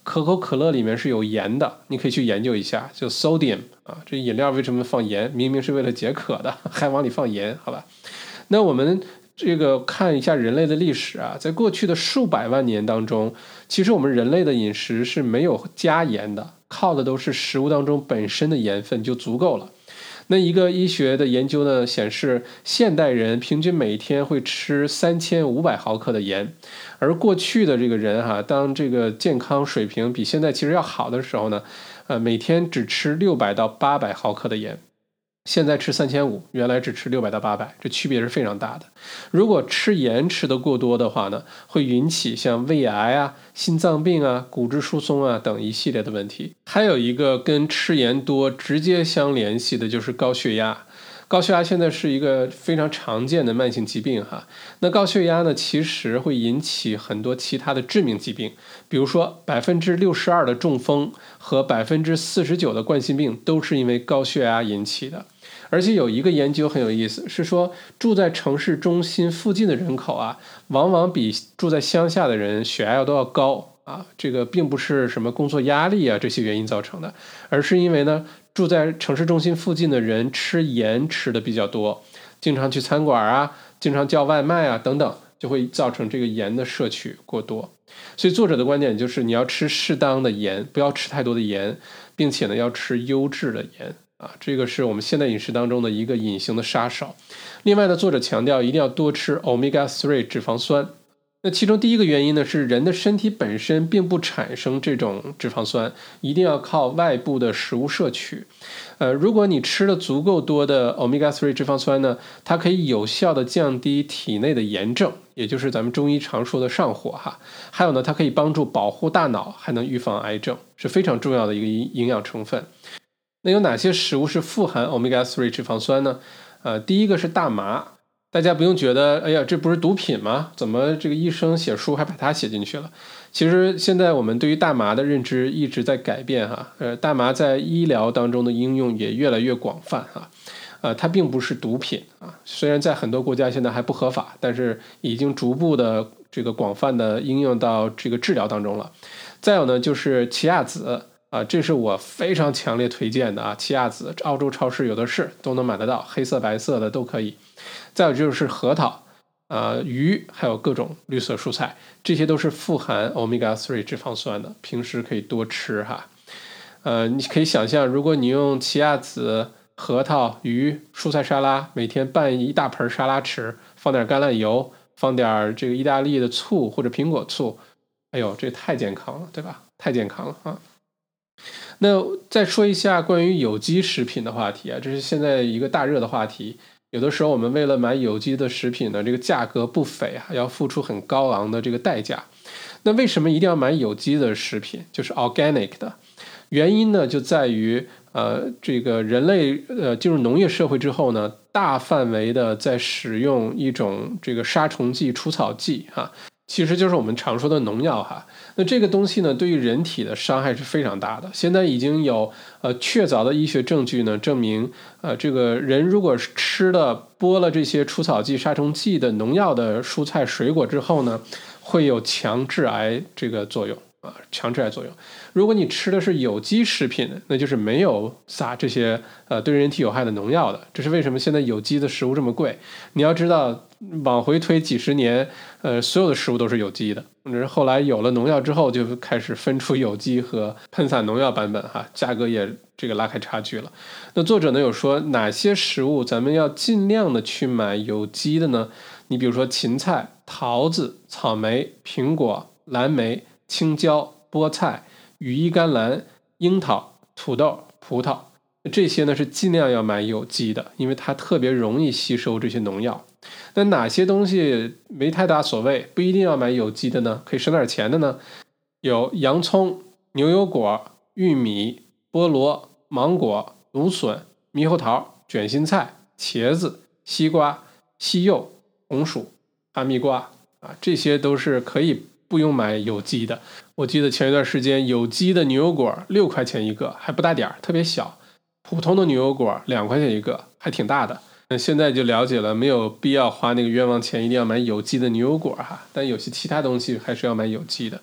可口可乐里面是有盐的，你可以去研究一下，就 sodium 啊，这饮料为什么放盐？明明是为了解渴的，还往里放盐，好吧？那我们这个看一下人类的历史啊，在过去的数百万年当中，其实我们人类的饮食是没有加盐的，靠的都是食物当中本身的盐分就足够了。那一个医学的研究呢显示，现代人平均每天会吃三千五百毫克的盐，而过去的这个人哈、啊，当这个健康水平比现在其实要好的时候呢，呃，每天只吃六百到八百毫克的盐。现在吃三千五，原来只吃六百到八百，这区别是非常大的。如果吃盐吃得过多的话呢，会引起像胃癌啊、心脏病啊、骨质疏松啊等一系列的问题。还有一个跟吃盐多直接相联系的就是高血压。高血压现在是一个非常常见的慢性疾病哈。那高血压呢，其实会引起很多其他的致命疾病，比如说百分之六十二的中风和百分之四十九的冠心病都是因为高血压引起的。而且有一个研究很有意思，是说住在城市中心附近的人口啊，往往比住在乡下的人血压都要高啊。这个并不是什么工作压力啊这些原因造成的，而是因为呢，住在城市中心附近的人吃盐吃的比较多，经常去餐馆啊，经常叫外卖啊等等，就会造成这个盐的摄取过多。所以作者的观点就是你要吃适当的盐，不要吃太多的盐，并且呢要吃优质的盐。啊，这个是我们现代饮食当中的一个隐形的杀手。另外呢，作者强调一定要多吃 omega 三 脂肪酸。那其中第一个原因呢，是人的身体本身并不产生这种脂肪酸，一定要靠外部的食物摄取。呃，如果你吃了足够多的 omega 三 脂肪酸呢，它可以有效的降低体内的炎症，也就是咱们中医常说的上火哈。还有呢，它可以帮助保护大脑，还能预防癌症，是非常重要的一个营养成分。那有哪些食物是富含 omega 三 脂肪酸呢？呃，第一个是大麻。大家不用觉得，哎呀，这不是毒品吗？怎么这个医生写书还把它写进去了？其实现在我们对于大麻的认知一直在改变哈。呃，大麻在医疗当中的应用也越来越广泛哈。呃，它并不是毒品啊，虽然在很多国家现在还不合法，但是已经逐步的这个广泛的应用到这个治疗当中了。再有呢，就是奇亚籽。啊，这是我非常强烈推荐的啊！奇亚籽，澳洲超市有的是，都能买得到，黑色、白色的都可以。再有就是核桃、啊、呃、鱼，还有各种绿色蔬菜，这些都是富含 omega 三 脂肪酸的，平时可以多吃哈。呃，你可以想象，如果你用奇亚籽、核桃、鱼、蔬菜沙拉，每天拌一大盆沙拉吃，放点橄榄油，放点这个意大利的醋或者苹果醋，哎呦，这太健康了，对吧？太健康了啊！那再说一下关于有机食品的话题啊，这是现在一个大热的话题。有的时候我们为了买有机的食品呢，这个价格不菲啊，要付出很高昂的这个代价。那为什么一定要买有机的食品，就是 organic 的？原因呢就在于呃，这个人类呃进入农业社会之后呢，大范围的在使用一种这个杀虫剂、除草剂哈。其实就是我们常说的农药哈。那这个东西呢，对于人体的伤害是非常大的。现在已经有呃确凿的医学证据呢，证明呃这个人如果是吃了播了这些除草剂、杀虫剂的农药的蔬菜水果之后呢，会有强致癌这个作用啊，强致癌作用。如果你吃的是有机食品，那就是没有撒这些呃对人体有害的农药的。这是为什么现在有机的食物这么贵？你要知道，往回推几十年，呃，所有的食物都是有机的。后来有了农药之后，就开始分出有机和喷洒农药版本哈，价格也这个拉开差距了。那作者呢有说哪些食物咱们要尽量的去买有机的呢？你比如说芹菜、桃子、草莓、苹果、蓝莓、青椒、菠菜、羽衣甘蓝、樱桃、土豆、葡萄，这些呢是尽量要买有机的，因为它特别容易吸收这些农药。那哪些东西没太大所谓，不一定要买有机的呢？可以省点钱的呢？有洋葱、牛油果、玉米、菠萝、芒果、芦笋、猕猴桃、卷心菜、茄子、西瓜、西柚、红薯、哈密瓜啊，这些都是可以不用买有机的。我记得前一段时间有机的牛油果六块钱一个，还不大点儿，特别小。普通的牛油果两块钱一个，还挺大的。那现在就了解了，没有必要花那个冤枉钱，一定要买有机的牛油果哈。但有些其他东西还是要买有机的，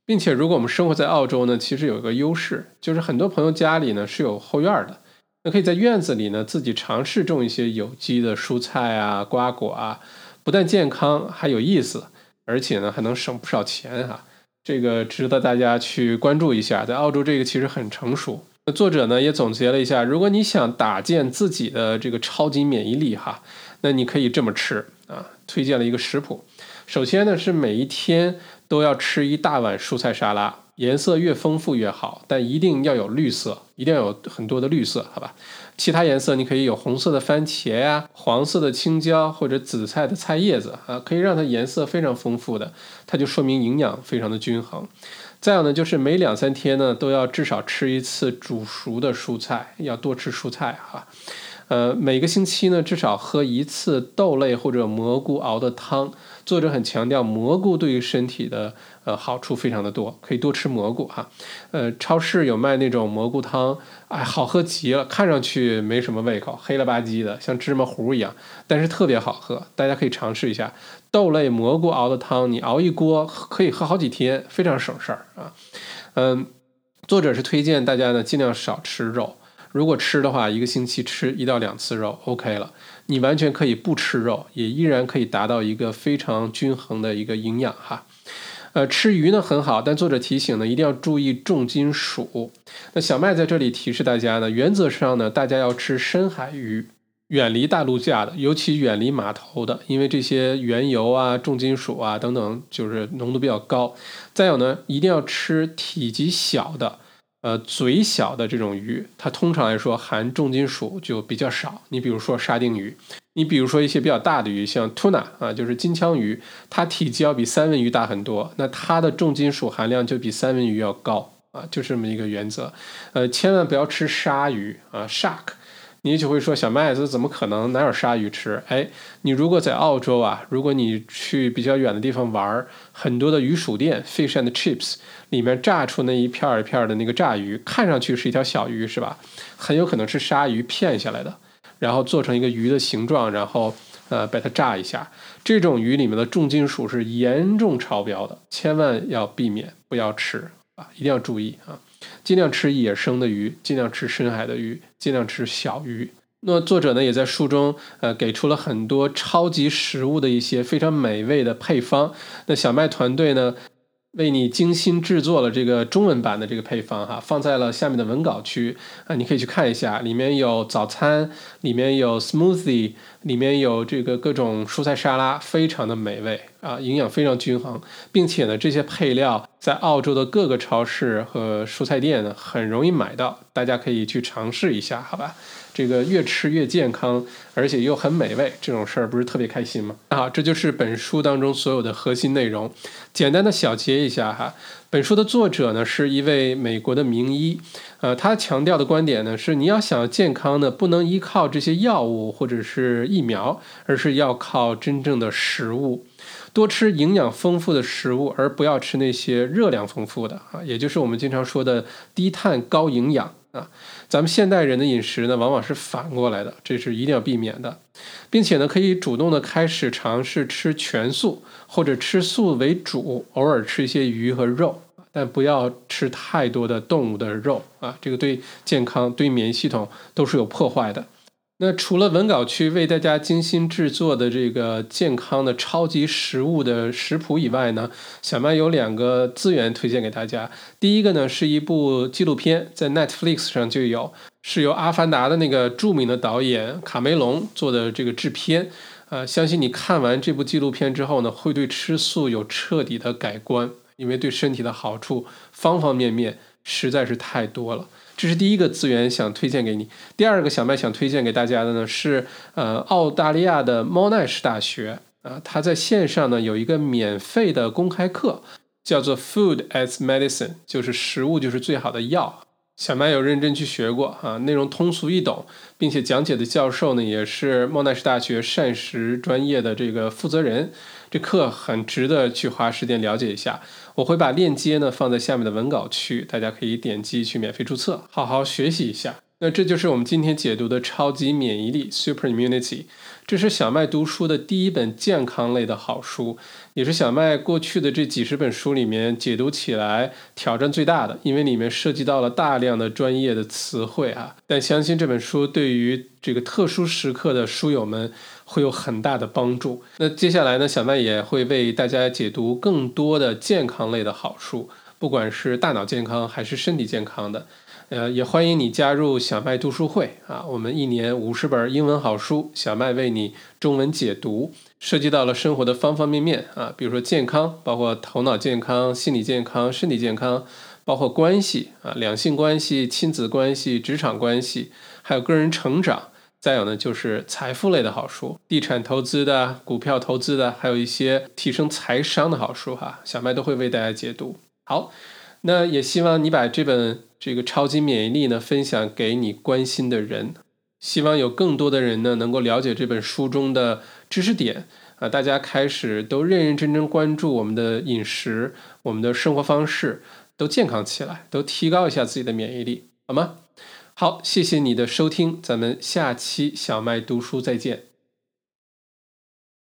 并且如果我们生活在澳洲呢，其实有一个优势，就是很多朋友家里呢是有后院的，那可以在院子里呢自己尝试种一些有机的蔬菜啊、瓜果啊，不但健康还有意思，而且呢还能省不少钱哈、啊，这个值得大家去关注一下。在澳洲这个其实很成熟。那作者呢也总结了一下，如果你想打建自己的这个超级免疫力哈，那你可以这么吃啊，推荐了一个食谱。首先呢是每一天都要吃一大碗蔬菜沙拉，颜色越丰富越好，但一定要有绿色，一定要有很多的绿色，好吧？其他颜色你可以有红色的番茄呀、啊、黄色的青椒或者紫菜的菜叶子啊，可以让它颜色非常丰富的，它就说明营养非常的均衡。再有呢，就是每两三天呢都要至少吃一次煮熟的蔬菜，要多吃蔬菜哈。呃，每个星期呢至少喝一次豆类或者蘑菇熬的汤。作者很强调蘑菇对于身体的呃好处非常的多，可以多吃蘑菇哈。呃，超市有卖那种蘑菇汤，哎，好喝极了，看上去没什么胃口，黑了吧唧的，像芝麻糊一样，但是特别好喝，大家可以尝试一下。豆类蘑菇熬的汤，你熬一锅可以喝好几天，非常省事儿啊。嗯，作者是推荐大家呢尽量少吃肉。如果吃的话，一个星期吃一到两次肉 OK 了，你完全可以不吃肉，也依然可以达到一个非常均衡的一个营养哈。呃，吃鱼呢很好，但作者提醒呢，一定要注意重金属。那小麦在这里提示大家呢，原则上呢，大家要吃深海鱼，远离大陆架的，尤其远离码头的，因为这些原油啊、重金属啊等等，就是浓度比较高。再有呢，一定要吃体积小的。呃，嘴小的这种鱼，它通常来说含重金属就比较少。你比如说沙丁鱼，你比如说一些比较大的鱼，像 tuna 啊，就是金枪鱼，它体积要比三文鱼大很多，那它的重金属含量就比三文鱼要高啊，就这么一个原则。呃，千万不要吃鲨鱼啊 ，shark。你就会说小麦子怎么可能哪有鲨鱼吃？哎，你如果在澳洲啊，如果你去比较远的地方玩，很多的鱼薯店 fish and chips 里面炸出那一片一片的那个炸鱼，看上去是一条小鱼是吧？很有可能是鲨鱼片下来的，然后做成一个鱼的形状，然后呃把它炸一下。这种鱼里面的重金属是严重超标的，千万要避免，不要吃啊，一定要注意啊。尽量吃野生的鱼，尽量吃深海的鱼，尽量吃小鱼。那作者呢也在书中呃给出了很多超级食物的一些非常美味的配方。那小麦团队呢为你精心制作了这个中文版的这个配方哈，放在了下面的文稿区啊，你可以去看一下，里面有早餐，里面有 smoothie， 里面有这个各种蔬菜沙拉，非常的美味啊，营养非常均衡，并且呢这些配料在澳洲的各个超市和蔬菜店呢很容易买到，大家可以去尝试一下，好吧？这个越吃越健康，而且又很美味，这种事儿不是特别开心吗？好，这就是本书当中所有的核心内容，简单的小结一下哈。本书的作者呢是一位美国的名医，呃，他强调的观点呢是，你要想要健康呢，不能依靠这些药物或者是疫苗，而是要靠真正的食物。多吃营养丰富的食物，而不要吃那些热量丰富的啊，也就是我们经常说的低碳高营养啊。咱们现代人的饮食呢，往往是反过来的，这是一定要避免的，并且呢，可以主动的开始尝试吃全素，或者吃素为主，偶尔吃一些鱼和肉，但不要吃太多的动物的肉啊，这个对健康、对免疫系统都是有破坏的。那除了文稿区为大家精心制作的这个健康的超级食物的食谱以外呢，小麦有两个资源推荐给大家。第一个呢是一部纪录片，在 Netflix 上就有，是由《阿凡达》的那个著名的导演卡梅隆做的这个制片。呃，相信你看完这部纪录片之后呢，会对吃素有彻底的改观，因为对身体的好处方方面面实在是太多了。这是第一个资源想推荐给你。第二个小麦想推荐给大家的呢是呃澳大利亚的猫奈士大学啊、呃，它在线上呢有一个免费的公开课，叫做 Food as Medicine， 就是食物就是最好的药。小麦有认真去学过啊，内容通俗易懂，并且讲解的教授呢也是猫奈士大学膳食专业的这个负责人。这课很值得去花时间了解一下，我会把链接呢放在下面的文稿区，大家可以点击去免费注册，好好学习一下。 那这就是我们今天解读的超级免疫力 Super Immunity， 这是小麦读书的第一本健康类的好书，也是小麦过去的这几十本书里面解读起来挑战最大的，因为里面涉及到了大量的专业的词汇啊。但相信这本书对于这个特殊时刻的书友们会有很大的帮助。那接下来呢，小麦也会为大家解读更多的健康类的好书，不管是大脑健康还是身体健康的。呃，也欢迎你加入小麦读书会啊！我们一年五十本英文好书，小麦为你中文解读，涉及到了生活的方方面面啊，比如说健康，包括头脑健康、心理健康、身体健康，包括关系啊，两性关系、亲子关系、职场关系，还有个人成长。再有呢，就是财富类的好书，地产投资的、股票投资的，还有一些提升财商的好书哈，小麦都会为大家解读。好，那也希望你把这本这个超级免疫力呢分享给你关心的人，希望有更多的人呢能够了解这本书中的知识点啊，大家开始都认认真真关注我们的饮食，我们的生活方式，都健康起来，都提高一下自己的免疫力，好吗？好，谢谢你的收听，咱们下期小麦读书再见。